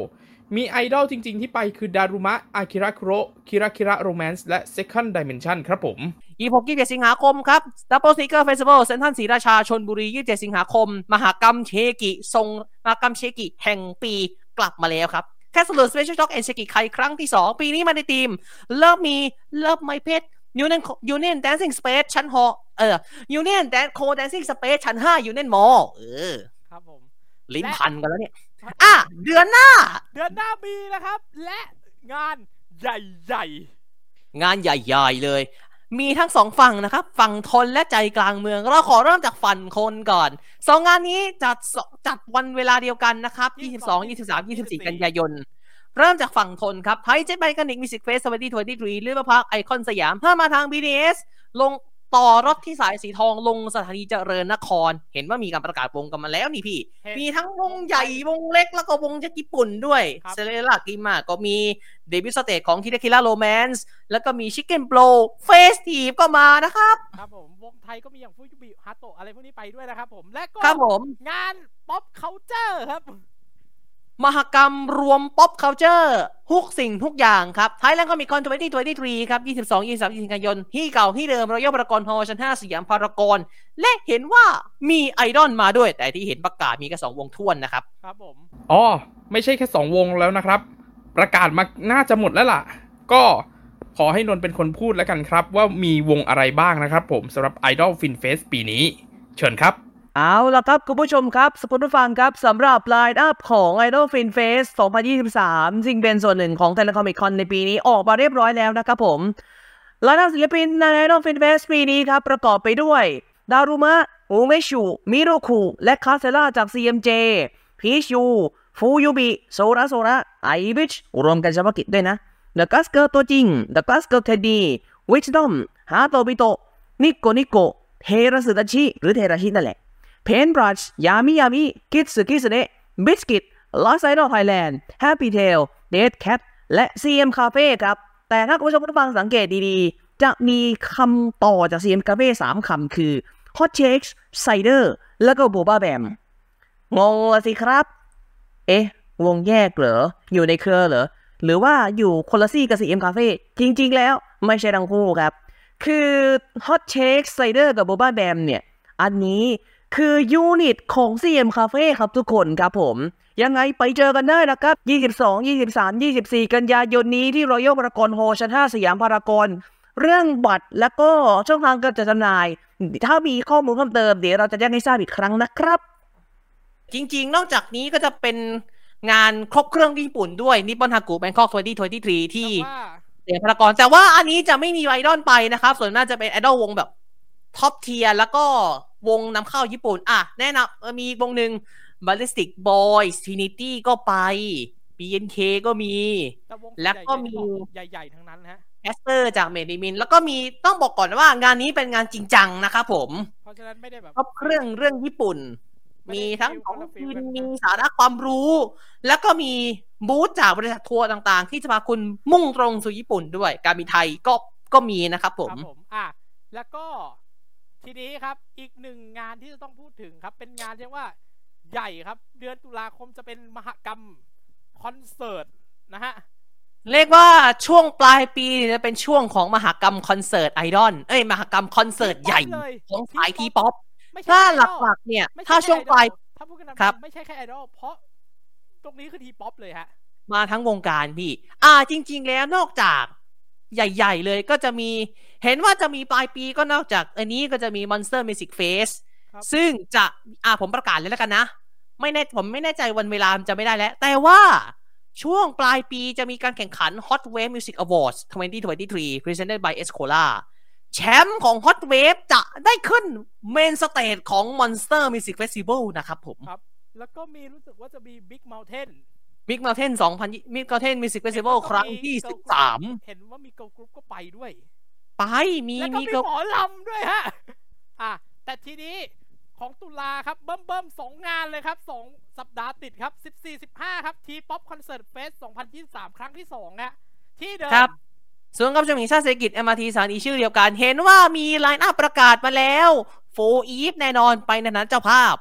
Speaker 2: มีไอดอลจริงๆที่ไปคือดารุมะอากิระคุโระคิระคิระโรแมนซ์และ Second Dimension ครับผม
Speaker 5: ยี่สิบหก ยี่สิบเจ็ด สิงหาคมครับ Double Sneaker Festival เซ็นทรัลศรีราชาชลบุรียี่สิบเจ็ดสิงหาคมมหกรรมเชกิทรงมหกรรมเชกิแห่งปีกลับมาแล้วครับแคสเซิล Special Talk and Sheki ไคครั้งที่สองปีนี้มาในทีมเริ่มมีเริ่มไม่เพชร Union Union Dancing Space ชั้นหอเออ Union Dance Co Dancing Space ชั้นห้า Union Mall เออ
Speaker 3: ครับผม
Speaker 5: ลิ้นพันกันแล้วเนี่ยอ่ะเดือนหน้า
Speaker 3: เดือนหน้ามีนะครับและงานใหญ่
Speaker 5: ๆงานใหญ่ๆเลยมีทั้งสองฝั่งนะครับฝั่งทนและใจกลางเมืองเราขอเริ่มจากฝั่งคนก่อนสองงานนี้จัดจัดวันเวลาเดียวกันนะครับยี่สิบสอง ยี่สิบสาม ยี่สิบสี่กันยายนเริ่มจากฝั่งทนครับไทยเจ็ตไบกันนิกมิวสิกเฟสสองพันยี่สิบสามริเวอร์พาร์คไอคอนสยามถ้ามาทาง บี ที เอส ลงต่อรถที่สายสีทองลงสถานีเจริญนครเห็นว่ามีการประกาศวงกันมาแล้วนี่พี่มีทั้งวงใหญ่วงเล็กแล้วก็วงจากญี่ปุ่นด้วยเซเลล่ากิมาก็มีเดบิวต์สเตจของคิราคิระโรแมนซ์แล้วก็มีชิคเก้นโปรเฟสทีฟก็มานะครับ
Speaker 3: ครับผมวงไทยก็มีอย่างฟูจิบิฮาโตะอะไรพวกนี้ไปด้วยนะครับผมและก็
Speaker 5: ครับผม
Speaker 3: งานป๊อปคัลเจอร์ครับ
Speaker 5: มหกรรมรวมป๊อปคัลเจอร์ทุกสิ่งทุกอย่างครับไทยแลนด์ก็มีคอนสองพันยี่สิบสามครับยี่สิบสอง ยี่สิบสาม ยี่สิบสี่กันยายนที่เก่าที่เดิมรอยัลพารากอนฮอลล์ชั้นห้าสยามพารากอนและเห็นว่ามีไอดอลมาด้วยแต่ที่เห็นประกาศมีแค่สองวงท้วนนะครับ
Speaker 3: ครับผม
Speaker 2: อ๋อไม่ใช่แค่สองวงแล้วนะครับประกาศมาน่าจะหมดแล้วล่ะก็ขอให้นนท์เป็นคนพูดแล้วกันครับว่ามีวงอะไรบ้างนะครับผมสำหรับ Idol Fin Fest ปีนี้เชิญครับ
Speaker 5: เอาล่ะครับคุณผู้ชมครับสปุนฟังครับสำหรับไลน์อัพของ Idol Fin Fest สองพันยี่สิบสามซึ่งเป็นส่วนหนึ่งของ Thailand Comic Con ในปีนี้ออกมาเรียบร้อยแล้วนะครับผมไลน์อัพศิลปินใน Idol Fin Fest ปีนี้ครับประกอบไปด้วยดารุมะอูเมชุมิโรคุและคาเซล่าจาก ซี เอ็ม เจ พีชยูฟูยูบิโซระโซระไอบิชรวมกันเฉพาะกิจด้วยนะเดอะกัสเกิร์ตัวจริงเดอะกัสเกิร์เทดดี้วิชดอมฮาโตบิโตนิโกนิโกเทราสึดาชิหรือเทราชินั่นแหละเพนบรัชยามิยามิคิดสึคิสเนะบิสกิตลอสไซด์ไทยแลนด์แฮปปี้เทลเดดแคทและ ซี เอ็ม Cafe ครับแต่ถ้าคุณผู้ชมผู้ฟังสังเกตดีๆจะมีคำต่อจาก ซี เอ็ม Cafe สามคำคือ Hot Shakes Cider แล้วก็ Boba Bam งงสิครับเอ๊ะวงแยกเหรออยู่ในเครือเหรอหรือว่าอยู่คนละซี่กับ ซี เอ็ม Cafe จริงๆแล้วไม่ใช่ทั้งคู่ครับคือ Hot Shakes Cider กับ Boba Bam เนี่ยอันนี้คือยูนิตของ ซี เอ็ม Cafe ครับทุกคนครับผมยังไงไปเจอกันได้นะครับยี่สิบสอง ยี่สิบสาม ยี่สิบสี่กันยายนนี้ที่รอยัลพารากอนฮอลล์ชั้นห้าสยามพารากอนเรื่องบัตรแล้วก็ช่องทางการจัดจำหน่ายถ้ามีข้อมูลเพิ่มเติมเดี๋ยวเราจะแจ้งให้ทราบอีกครั้งนะครับจริงๆนอกจากนี้ก็จะเป็นงานครบเครื่องญี่ปุ่นด้วยนิปปอนฮากุแบงคอกสองพันยี่สิบสามที่สยามพารากอนแต่ว่าอันนี้จะไม่มีไอดอลไปนะครับส่วนน่าจะเป็นไอดอลวงแบบท็อปเทียร์แล้วก็วงนำเข้าญี่ปุ่นอ่ะแน่นอนมีวงหนึ่ง Ballistic Boys Trinity ก็ไป บี เอ็น เค ก็มีแล้วก็มี
Speaker 3: ใหญ่ๆทั้งนั้นฮะ
Speaker 5: แอสเตอร์จากเมดิมินแล้วก็มีต้องบอกก่อนว่างานนี้เป็นงานจริงจังนะครับผม
Speaker 3: เพราะฉะนั้นไม่ได้แบบ
Speaker 5: ครบเครื่องเรื่องญี่ปุ่นมีทั้งของกินมีสาระความรู้แล้วก็มีบูธจากบริษัททัวร์ต่างๆที่จะพาคุณมุ่งตรงสู่ญี่ปุ่นด้วยการบินไทยก็ก็มีนะครับผม
Speaker 3: ครับผมอ่ะแล้วก็ทีนี้ครับอีกหนึ่งงานที่จะต้องพูดถึงครับเป็นงานเรียกว่าใหญ่ครับเดือนตุลาคมจะเป็นมหกรรมคอนเสิร์ตนะฮะ
Speaker 5: เรียกว่าช่วงปลายปีจะเป็นช่วงของมหกรรมคอนเสิร์ตไอดอลเอ้ยมหกรรมคอนเสิร์ตใหญ่ของสายทีป๊อปถ้าหลักๆเนี่ยถ้าช่วงปลาย
Speaker 3: ถ้าพูดกันไม่ใช่แค่ไอดอลเพราะตรงนี้คือทีป๊อปเลยฮะ
Speaker 5: มาทั้งวงการพี่อ่าจริงๆแล้วนอกจากใหญ่ๆเลยก็จะมีเห็นว่าจะมีปลายปีก็นอกจากอันนี้ก็จะมี Monster Music Fest ซึ่งจะอ่าผมประกาศเลยแล้วกันนะไม่แน่ผมไม่แน่ใจวันเวลาจะไม่ได้แล้วแต่ว่าช่วงปลายปีจะมีการแข่งขัน Hot Wave Music Awards สองพันยี่สิบสาม Presented by Escola แชมป์ของ Hot Wave จะได้ขึ้นเมนสเตจของ Monster Music Festival นะครับผม
Speaker 3: ครับแล้วก็มีรู้สึกว่าจะมี Big Mountain
Speaker 5: Big Mountain สองพัน Big Mountain Music Festival ครั้งที่สิบสาม
Speaker 3: เห็นว่ามีเกิร์ลกรุ๊ปก็ไปด้วย
Speaker 5: ไปมี
Speaker 3: มีเกิร์ลหมอลำด้วยฮะอ่ะแต่ทีนี้ของตุลาครับเบิ่มเบิ่มสองงานเลยครับสองสัปดาห์ติดครับสิบสี่ สิบห้าครับทีป๊อปคอนเสิร์ตเฟสสองพันยี่สิบสามครั้งที่สองฮะที่เดิม
Speaker 5: ครับส่วนกับชมหิงชาติเศรษฐกิจ เอ็ม อาร์ ที สถานีชื่อเดียวกันเห็นว่ามีไลน์อัพประกาศมาแล้วโฟอีฟแน่นอนไปในนั้นเจ้าภาพ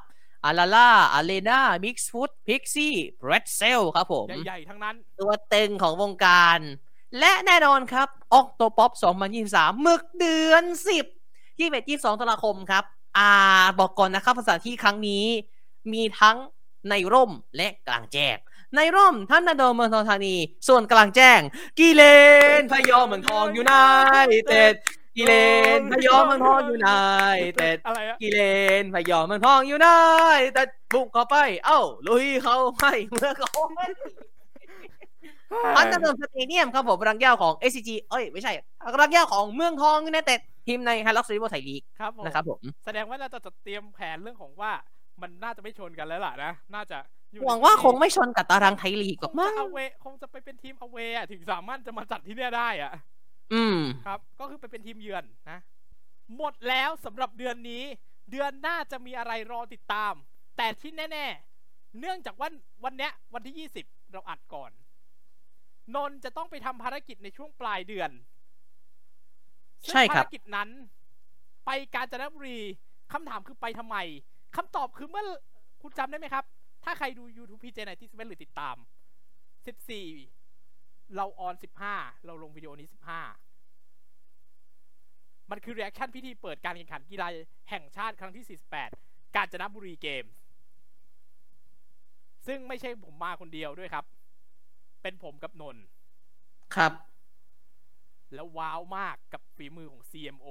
Speaker 5: อาราล่าอารีนามิกซ์ฟูดพิกซี่เบรดเซลครับผม
Speaker 3: ใหญ่ๆทั้งนั้น
Speaker 5: ตัวเต็งของวงการ และแน่นอนครับออกโตป๊อปสองพันยี่สิบสามหมึกเดือนสิบ ยี่สิบเอ็ด ยี่สิบสองตุลาคมครับอ่าบอกก่อนนะครับสถานที่ครั้งนี้มีทั้งในร่มและกลางแจ้งในร่มท่านนาโดเมืองทองธานีส่วนกลางแจ้งกิเลนพยอมเมืองทองยูไนเต็ดกิเลนพยอมเมืองทองยูไนเต็ด
Speaker 3: อะไรอะ
Speaker 5: กิเลนพยอมเมืองทองยูไนเต็ดบุกเข้าไปเอ้าลุยเข้าไปเมื่อเขาพันธมิตรสเตเดียมครับผมรังย่าของ เอส ซี จี เอ้ยไม่ใช่รังย่าของเมืองทองยูไนเต็ดทีมในไฮล็อกซ์ริเวอร์ไทยลีก
Speaker 3: ครับผม
Speaker 5: นะครับผม
Speaker 3: แสดงว่าเราจะเตรียมแผนเรื่องของว่ามันน่าจะไม่ชนกันแล้วล่ะนะน่าจะอยู่
Speaker 5: หวังว่าคงไม่ชนกับตารางไทยลีกหรอกมั้ง
Speaker 3: คงจะเอาเวคงจะไปเป็นทีมเอาเวอะถึงสามารถจะมาจัดที่เนี่ยได้อะ
Speaker 5: อืม
Speaker 3: ครับก็คือไปเป็นทีมเยือนนะหมดแล้วสำหรับเดือนนี้เดือนหน้าจะมีอะไรรอติดตาม แต่ที่แน่ๆเนื่องจากวันวันเนี้ยวันที่ยี่สิบเราอัดก่อนนนท์จะต้องไปทำภารกิจในช่วงปลายเดือน
Speaker 5: ใช่ครับ
Speaker 3: ภารกิจนั้นไปกาญจนบุรีคำถามคือไปทำไมคำตอบคือเมื่อคุณจำได้ไหมครับถ้าใครดู YouTube พี เจ ไนน์ตี้เซเว่นหรือติดตามสิบสี่เราออนสิบห้าเราลงวิดีโอนี้สิบห้ามันคือ reaction พิธีเปิดการแข่งขันกีฬาแห่งชาติครั้งที่สี่สิบแปดกาญจนบุรีเกมส์ซึ่งไม่ใช่ผมมาคนเดียวด้วยครับเป็นผมกับนนท์
Speaker 5: ครับ
Speaker 3: แล้วว้าวมากกับฝีมือของ ซี เอ็ม โอ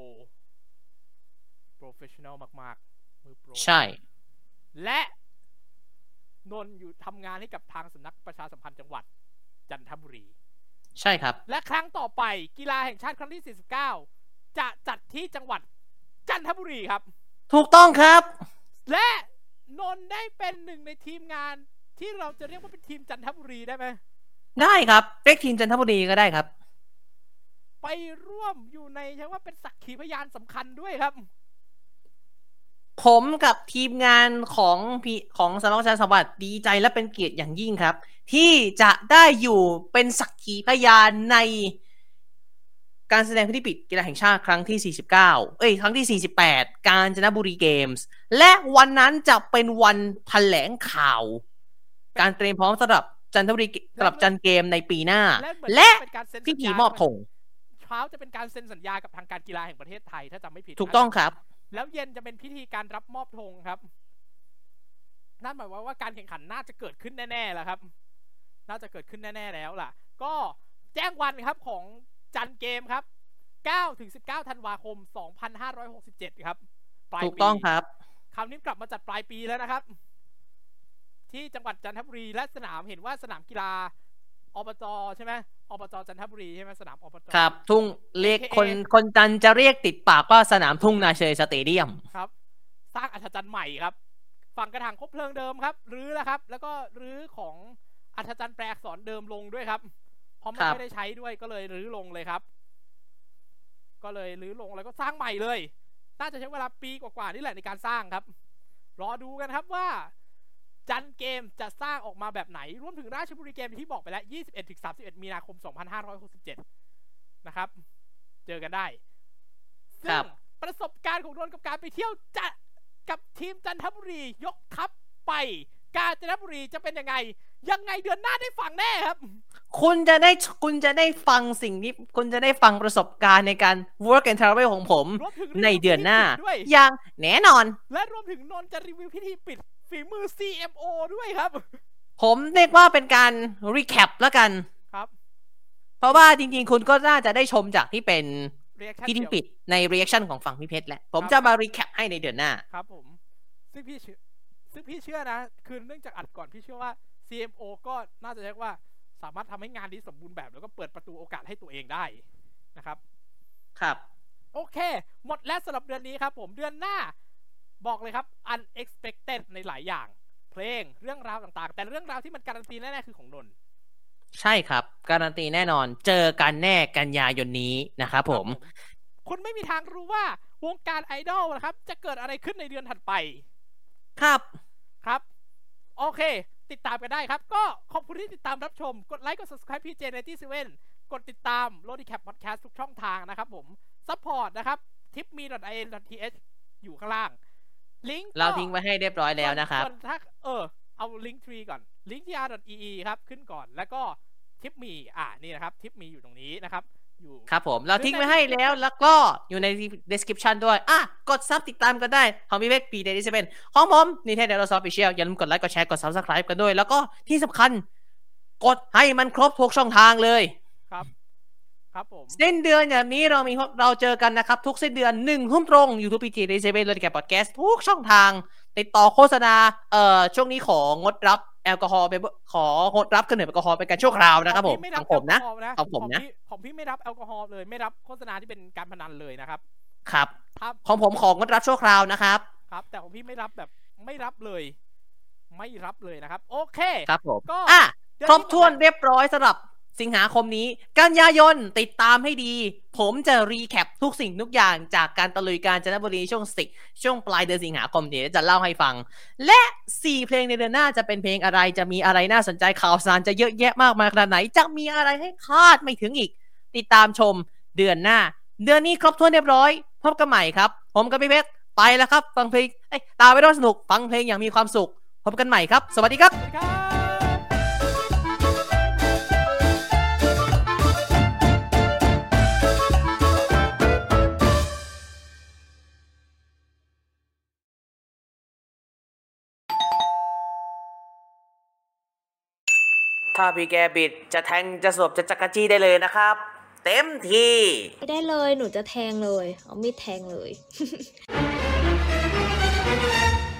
Speaker 3: professional มากๆมือโปร
Speaker 5: ใช่
Speaker 3: และนนท์อยู่ทำงานให้กับทางสำนักประชาสัมพันธ์จังหวัดจันทบุรี
Speaker 5: ใช่ครับ
Speaker 3: และครั้งต่อไปกีฬาแห่งชาติครั้งที่สี่สิบเก้าจะจัดที่จังหวัดจันทบุรีครับ
Speaker 5: ถูกต้องครับ
Speaker 3: และนนท์ได้เป็นหนึ่งในทีมงานที่เราจะเรียกว่าเป็นทีมจันทบุรีได้ไหม
Speaker 5: ได้ครับเรียกทีมจันทบุรีก็ได้ครับ
Speaker 3: ไปร่วมอยู่ในใช่ว่าเป็นสักขีพยานสำคัญด้วยครับ
Speaker 5: ผมกับทีมงานของพี่ของสำนักประชาสัมพันธ์ดีใจและเป็นเกียรติอย่างยิ่งครับ ที่จะได้อยู่เป็นสักขีพยานในการแสดงพิธีปิดกีฬาแห่งชาติครั้งที่สี่สิบเก้าเอ้ยครั้งที่สี่สิบแปดกาญจนบุรีเกมส์และวันนั้นจะเป็นวันแถลงข่าว การเตรียมพร้อมสำหรับจันทบุรีสำหรับจันเกมในปีหน้า และ
Speaker 3: เป็นการเซ็น
Speaker 5: พิ
Speaker 3: สัญ
Speaker 5: ธี
Speaker 3: ญาม
Speaker 5: อบธง
Speaker 3: เช้าจะเป็นการเซ็นสัญญากับทางการกีฬาแห่งประเทศไทยถ้าจำไม่ผิด
Speaker 5: ถูกต้องครับ
Speaker 3: แล้วเย็นจะเป็นพิธีการรับมอบธงครับนั่นหมายความว่าการแข่งขันน่าจะเกิดขึ้นแน่ๆแล้วครับน่าจะเกิดขึ้นแน่ๆแล้วล่ะก็แจ้งวันครับของจันเกมครับเก้าถึงสิบเก้าธันวาคมสองพันห้าร้อยหกสิบเจ็ดครับปลายปี
Speaker 5: ถูกต้องครับ
Speaker 3: คราวนี้กลับมาจัดปลายปีแล้วนะครับที่จังหวัดจันทบุรีและสนามเห็นว่าสนามกีฬาอบจใช่ไหมอบจจันทบุรีใช่ไหมสนามอบจ
Speaker 5: ครับทุ่งเรียก
Speaker 3: เอ
Speaker 5: คนคนจันจะเรียกติดปากว่าสนามทุ่งนาเชยสเตเดียม
Speaker 3: ครับสร้างอัศจรรย์ใหม่ครับฝั่งกระถางคบเพลิงเดิมครับรื้อแล้วครับแล้วก็รื้อของอัศจรรย์แปลอักษรเดิมลงด้วยครับเพราะมันไม่ได้ใช้ด้วยก็เลยรื้อลงเลยครับก็เลยรื้อลงแล้วก็สร้างใหม่เลยน่าจะใช้เวลาปีกว่าๆนี่แหละในการสร้างครับรอดูกันครับว่าจันเกมจะสร้างออกมาแบบไหนรวมถึงราชบุรีเกมที่บอกไปแล้ว ยี่สิบเอ็ดถึงสามสิบเอ็ด มีนาคม สองพันห้าร้อยหกสิบเจ็ด นะครับเจอกันได้ซึ่งประสบการณ์ของนนท์กับการไปเที่ยวจะกับทีมจันทบุรียกทัพไปกาญจนบุรีจะเป็นยังไงยังไงเดือนหน้าได้ฟังแน่ครับ
Speaker 5: คุณจะได้คุณจะได้ฟังสิ่งนี้คุณจะได้ฟังประสบการณ์ในการ work and travel ของผม
Speaker 3: รวมถึง
Speaker 5: ในเดือนหน้า
Speaker 3: ด้วย
Speaker 5: อย่างแน่นอน
Speaker 3: และรวมถึงนนท์จะรีวิวพิธีปิดฝีมือ ซี เอ็ม โอ ด้วยครับ
Speaker 5: ผมเรียกว่าเป็นการ recap แล้วกัน
Speaker 3: ครับ
Speaker 5: เพราะว่าจริงๆ คุณก็น่าจะได้ชมจากที่เป็น
Speaker 3: reaction
Speaker 5: พิธีปิดใน reaction ของฝั่งพี่เพชรแหละผม
Speaker 3: ครับ
Speaker 5: จะมา recap ให้ในเดือนหน้า
Speaker 3: ครับผมซึ่งพี่เชื่อซึ่งพี่เชื่อนะคือเนื่องจากอัดก่อนพี่เชื่อว่า ซี เอ็ม โอ ก็น่าจะเรียกว่าสามารถทำให้งานนี้สมบูรณ์แบบแล้วก็เปิดประตูโอกาสให้ตัวเองได้นะครับ
Speaker 5: ครับ
Speaker 3: โอเคหมดแล้วสำหรับเดือนนี้ครับผมเดือนหน้าบอกเลยครับ unexpected ในหลายอย่างเพลงเรื่องราวต่างๆแต่เรื่องราวที่มันการันตีแน่ๆคือของนนท์
Speaker 5: ใช่ครับการันตีแน่นอนเจอกันแน่กันยายนนี้นะครับผม
Speaker 3: คุณไม่มีทางรู้ว่าวงการไอดอลนะครับจะเกิดอะไรขึ้นในเดือนถัดไป
Speaker 5: ครับ
Speaker 3: ครับโอเคติดตามกันได้ครับก็ขอบคุณที่ติดตามรับชมกดไลค์กด subscribe พี เจ ไนน์ตี้เซเว่น กดติดตาม Lodicap Podcast ทุกช่องทางนะครับผมซัพพอร์ตนะครับ ทิปมี ดอท ไอ เอ็น ดอท ที เอช อยู่ข้างล่างลิงก์
Speaker 5: เราทิ้งไว้ให้เรียบร้อยแล้วนะครับ
Speaker 3: ส่วนถ้าเออเอาลิงก์ทรีก่อนลิงก์ ที อาร์ ดอท อี อี ครับขึ้นก่อนแล้วก็ทิปมีอ่านี่นะครับทิปมีอยู่ตรงนี้นะครับอยู่
Speaker 5: ครับผมเราทิ้งไว้ให้แล้วแล้วก็อยู่ใน description ด้วยอ่ะกดซับติดตามกันได้ของพี่เวกปีเดลิเซเว่นของผมนี่เทนเดอร์ซอฟฟิเชียลอย่าลืมกดไลค์กดแชร์กด subscribe กันด้วยแล้วก็ที่สำคัญกดให้มันครบทุกช่องทางเลย
Speaker 3: ครับครับผม
Speaker 5: สิ้นเดือนอย่างนี้เรามีเราเจอกันนะครับทุกสิ้นเดือนหนึ่งทุ่มตรง YouTube พี ที เดลิเซเว่นเลยแกพอดแคสต์ทุกช่องทางติดต่อโฆษณาเอ่อช่วงนี้ของงดรับแอลกอฮอล์ไปของดรับเครื่องดื่มแอลกอฮอล์เป็นการชั่วคราวนะครับผมของผมนะของผมนะ
Speaker 3: ของพี่ไม่รับแอลกอฮอล์เลยไม่รับโฆษณาที่เป็นการพนันเลยนะครับ
Speaker 5: ครับของผมของงดรับชั่วคราวนะครับ
Speaker 3: ครับแต่ของพี่ไม่รับแบบไม่รับเลยไม่รับเลยนะครับโอเค
Speaker 5: ครับผมก็อ่ะครบถ้วนเรียบร้อยสำหรับสิงหาคมนี้กันยายนติดตามให้ดีผมจะรีแคปทุกสิ่งทุกอย่างจากการตะลุยกาญจนบุรีช่วงสิช่วงปลายเดือนสิงหาคมนี้จะเล่าให้ฟังและสี่เพลงในเดือนหน้าจะเป็นเพลงอะไรจะมีอะไรน่าสนใจข่าวสารจะเยอะแยะมากมายขนาดไหนจะมีอะไรให้คาดไม่ถึงอีกติดตามชมเดือนหน้าเดือนนี้ครบถ้วนเรียบร้อยพบกันใหม่ครับผมกับพี่เพชรไปแล้วครับฟังเพลงเอ้ยตามไปด้วยสนุกฟังเพลงอย่างมีความสุขพบกันใหม่ครับสวัสดีครับถ้าพี่แกบิดจะแทงจะสวบจะจักรจี้ได้เลยนะครับเต็มที่
Speaker 6: ได้เลยหนูจะแทงเลยเอามีดแทงเลย